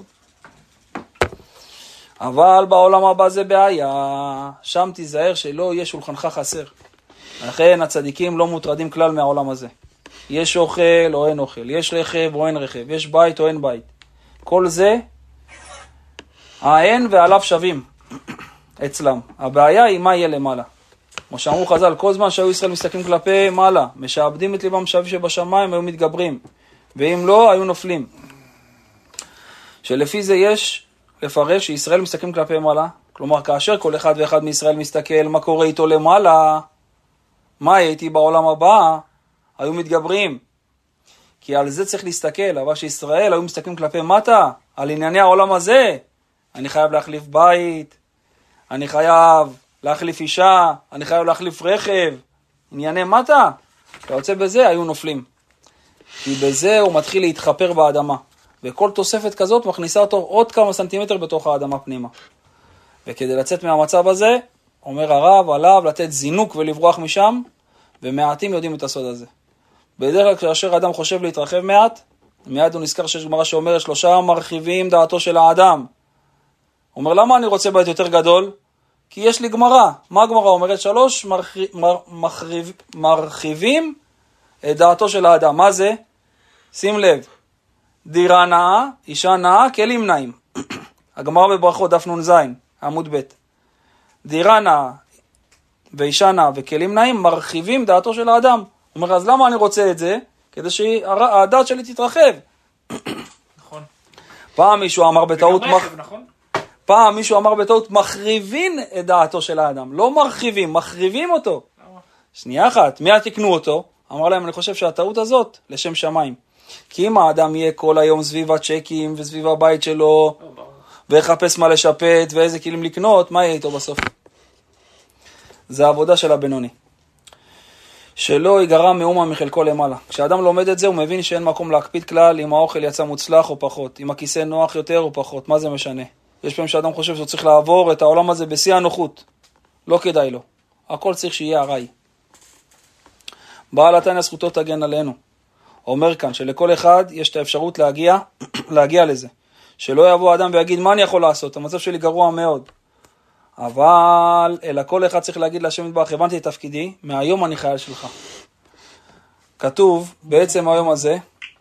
אבל בעולם הבא זה בעיה, שם תיזהר שלא יהיה שולחנך חסר. לכן הצדיקים לא מוטרדים כלל מהעולם הזה. יש אוכל או אין אוכל, יש רכב או אין רכב, יש בית או אין בית. כל זה, האין ועליו שווים אצלם. הבעיה היא מה יהיה למעלה. כמו שאמרו חז"ל, כל זמן שהיו ישראל מסתכלים כלפי מעלה, משעבדים את ליבם שווה שבשמיים, היו מתגברים. ואם לא, היו נופלים. שלפי זה יש לפרש שישראל מסתכלים כלפי מעלה. כלומר, כאשר כל אחד ואחד מישראל מסתכל, מה קורה איתו למעלה, מה הייתי בעולם הבא, היו מתגברים. כי על זה צריך להסתכל, אבל שישראל היו מסתכלים כלפי מטה, על ענייני העולם הזה. אני חייב להחליף בית, אני חייב להחליף אישה, אני חייב להחליף רכב, ענייני מטה. ויוצא בזה, היו נופלים. כי בזה הוא מתחיל להתחפר באדמה. וכל תוספת כזאת מכניסה אותו עוד כמה סנטימטר בתוך האדמה פנימה. וכדי לצאת מהמצב הזה, אומר הרב עליו לתת זינוק ולברוח משם, ומעטים יודעים את הסוד הזה. בדרך כלל כאשר האדם חושב להתרחב מעט, מיד הוא נזכר שיש גמרא שאומרת 3 מרחיבים דעתו של האדם. הוא אומר, למה אני רוצה בית יותר גדול? כי יש לי גמרא. מה הגמרא אומרת? 3 מרחיבים את דעתו של האדם. מה זה? שים לב. דירה נאה, אישה נאה, כלים נאים. הגמרא בברכות, דף נ"ז, עמוד ב'. דירה נאה ואישה נאה וכלים נאים מרחיבים דעתו של האדם. הוא אומר, אז למה אני רוצה את זה? כדי שהדעת שלי תתרחב. נכון. פעם מישהו אמר בטעות, נכון? פעם מישהו אמר בטעות, מחריבים את דעתו של האדם. לא מרחיבים, מחריבים אותו. שנייה אחת, מי תקנו אותו? אמר להם, אני חושב שהטעות הזאת לשם שמיים. כי אם האדם יהיה כל היום סביב הצ'קים וסביב הבית שלו, ויחפש מה לשפט ואיזה כלים לקנות, מה יהיה איתו בסוף? זה העבודה של הבינוני. שלא ייגרע מאומה מחלקו למעלה. כשאדם לומד את זה, הוא מבין שאין מקום להקפיד כלל אם האוכל יצא מוצלח או פחות, אם הכיסא נוח יותר או פחות, מה זה משנה? יש פעמים שאדם חושב שהוא צריך לעבור את העולם הזה בשיא הנוחות. לא כדאי לו. הכל צריך שיהיה הרי. בעל התניא זכותו תגן עלינו. אומר כאן שלכל אחד יש את האפשרות להגיע לזה. שלא יבוא אדם ויגיד מה אני יכול לעשות, המצב שלי גרוע מאוד. אבל אלא כל אחד צריך להגיד להשם יתברך, הבנתי את תפקידי, מהיום אני חייל שלך. כתוב בעצם היום הזה,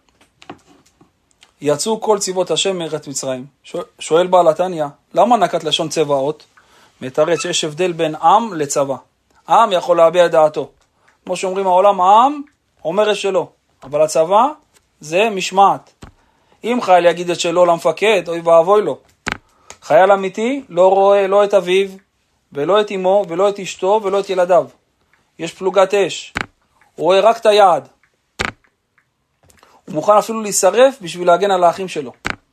יצאו כל צבאות השם מארץ מצרים. שואל בעל התניא, למה נקט לשון צבאות? מתרץ שיש הבדל בין עם לצבא. עם יכול להביע את דעתו. כמו שאומרים העולם, העם אומר את שלו. אבל הצבא זה משמעת. אם חייל יגיד את שלו למפקד, אוי ואבוי לו. חייל אמיתי לא רואה לא את אביו, ולא את אמו, ולא את אשתו, ולא את ילדיו. יש פלוגת אש. הוא רואה רק את היעד. הוא מוכן אפילו להישרף בשביל להגן על האחים שלו.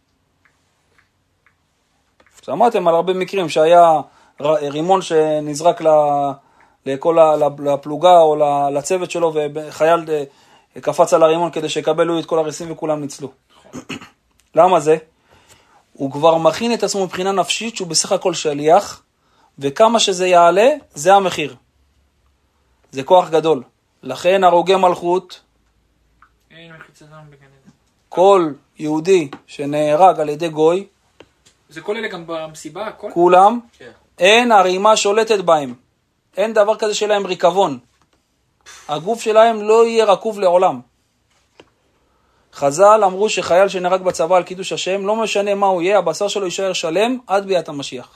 שמעתם על הרבה מקרים שהיה רימון שנזרק לכל הפלוגה או לצוות שלו, וחייל קפץ על הרימון כדי שיקבלו את כל הריסים וכולם ניצלו. למה זה? הוא כבר מכין את עצמו מבחינה נפשית שהוא בסך הכל שליח, וכמה שזה יעלה, זה המחיר. זה כוח גדול. לכן הרוגי מלכות, כל יהודי שנהרג על ידי גוי, זה כל אלה גם במסיבה, הכל? כולם, אין הרימה שולטת בהם. אין דבר כזה שלהם ריקבון. הגוף שלהם לא יהיה רקוב לעולם. חז"ל אמרו שחייל שנהרג בצבא על קידוש השם, לא משנה מה הוא יהיה, הבשר שלו יישאר שלם עד ביאת המשיח.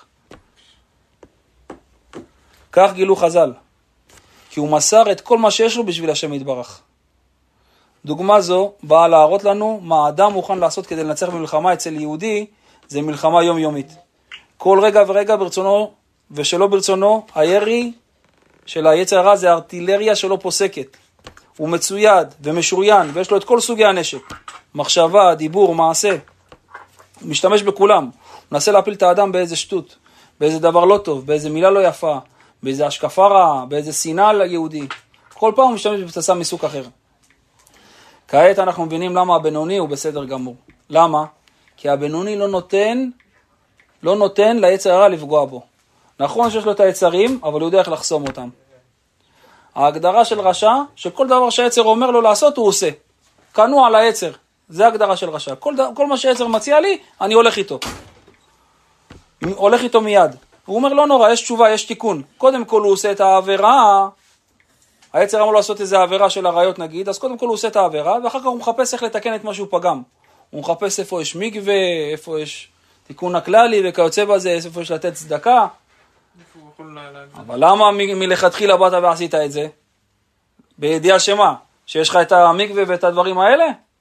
כך גילו חז"ל. כי הוא מסר את כל מה שיש לו בשביל השם יתברך. דוגמה זו באה להראות לנו מה האדם מוכן לעשות כדי לנצח במלחמה אצל יהודי, זה מלחמה יומיומית. כל רגע ורגע ברצונו ושלא ברצונו, הירי של היצר הרע זה ארטילריה שלא פוסקת. הוא מצויד ומשוריין ויש לו את כל סוגי הנשק. מחשבה, דיבור, מעשה. הוא משתמש בכולם. הוא מנסה להפיל את האדם באיזה שטות, באיזה דבר לא טוב, באיזה מילה לא יפה, באיזה השקפה רעה, באיזה שנאה ליהודי. כל פעם הוא משתמש בפצצה מסוג אחר. כעת אנחנו מבינים למה הבינוני הוא בסדר גמור. למה? כי הבינוני לא נותן ליצר הרע לפגוע בו. נכון שיש לו את היצרים, אבל הוא יודע איך לחסום אותם. ההגדרה של רשע, שכל דבר שהיצר אומר לו לעשות, הוא עושה. כנוע על היצר. זה ההגדרה של רשע. כל מה שהיצר מציע לי, אני הולך איתו. הולך איתו מיד. הוא אומר, לא נורא, יש תשובה, יש תיקון. קודם כל הוא עושה את העבירה, היצר אמר לו לעשות איזו עבירה של הרעיות נגיד, אז קודם כל הוא עושה את העבירה, ואחר כך הוא מחפש איך לתקן את מה שהוא פגם. הוא מחפש איפה יש מגווה, איפה יש תיקון הכללי, וכיוצא בזה, איפה יש לתת צדקה. אבל למה מלכתחילה באת ועשית את זה? בידיעה שמה? שיש לך את המקווה ואת הדברים האלה?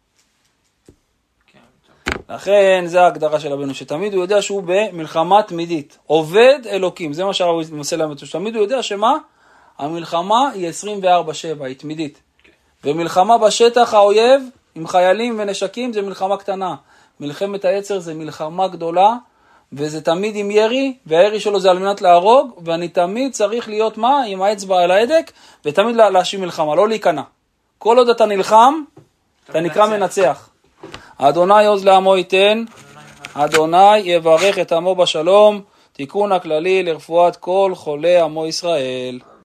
לכן זה ההגדרה של הבנו, שתמיד הוא יודע שהוא במלחמה תמידית. עובד אלוקים, זה מה שהרב מנסה ללמד, שתמיד הוא יודע שמה? המלחמה היא 24/7, היא תמידית. ומלחמה בשטח האויב, עם חיילים ונשקים, זה מלחמה קטנה. מלחמת היצר זה מלחמה גדולה, וזה תמיד עם ירי, והירי שלו זה על מנת להרוג, ואני תמיד צריך להיות מה? עם האצבע על ההדק, ותמיד להשיב מלחמה, לא להיכנע. כל עוד אתה נלחם, אתה נקרא מנצח. אדוני עוז לעמו ייתן, אדוני יברך את עמו בשלום, תיקון הכללי לרפואת כל חולי עמו ישראל.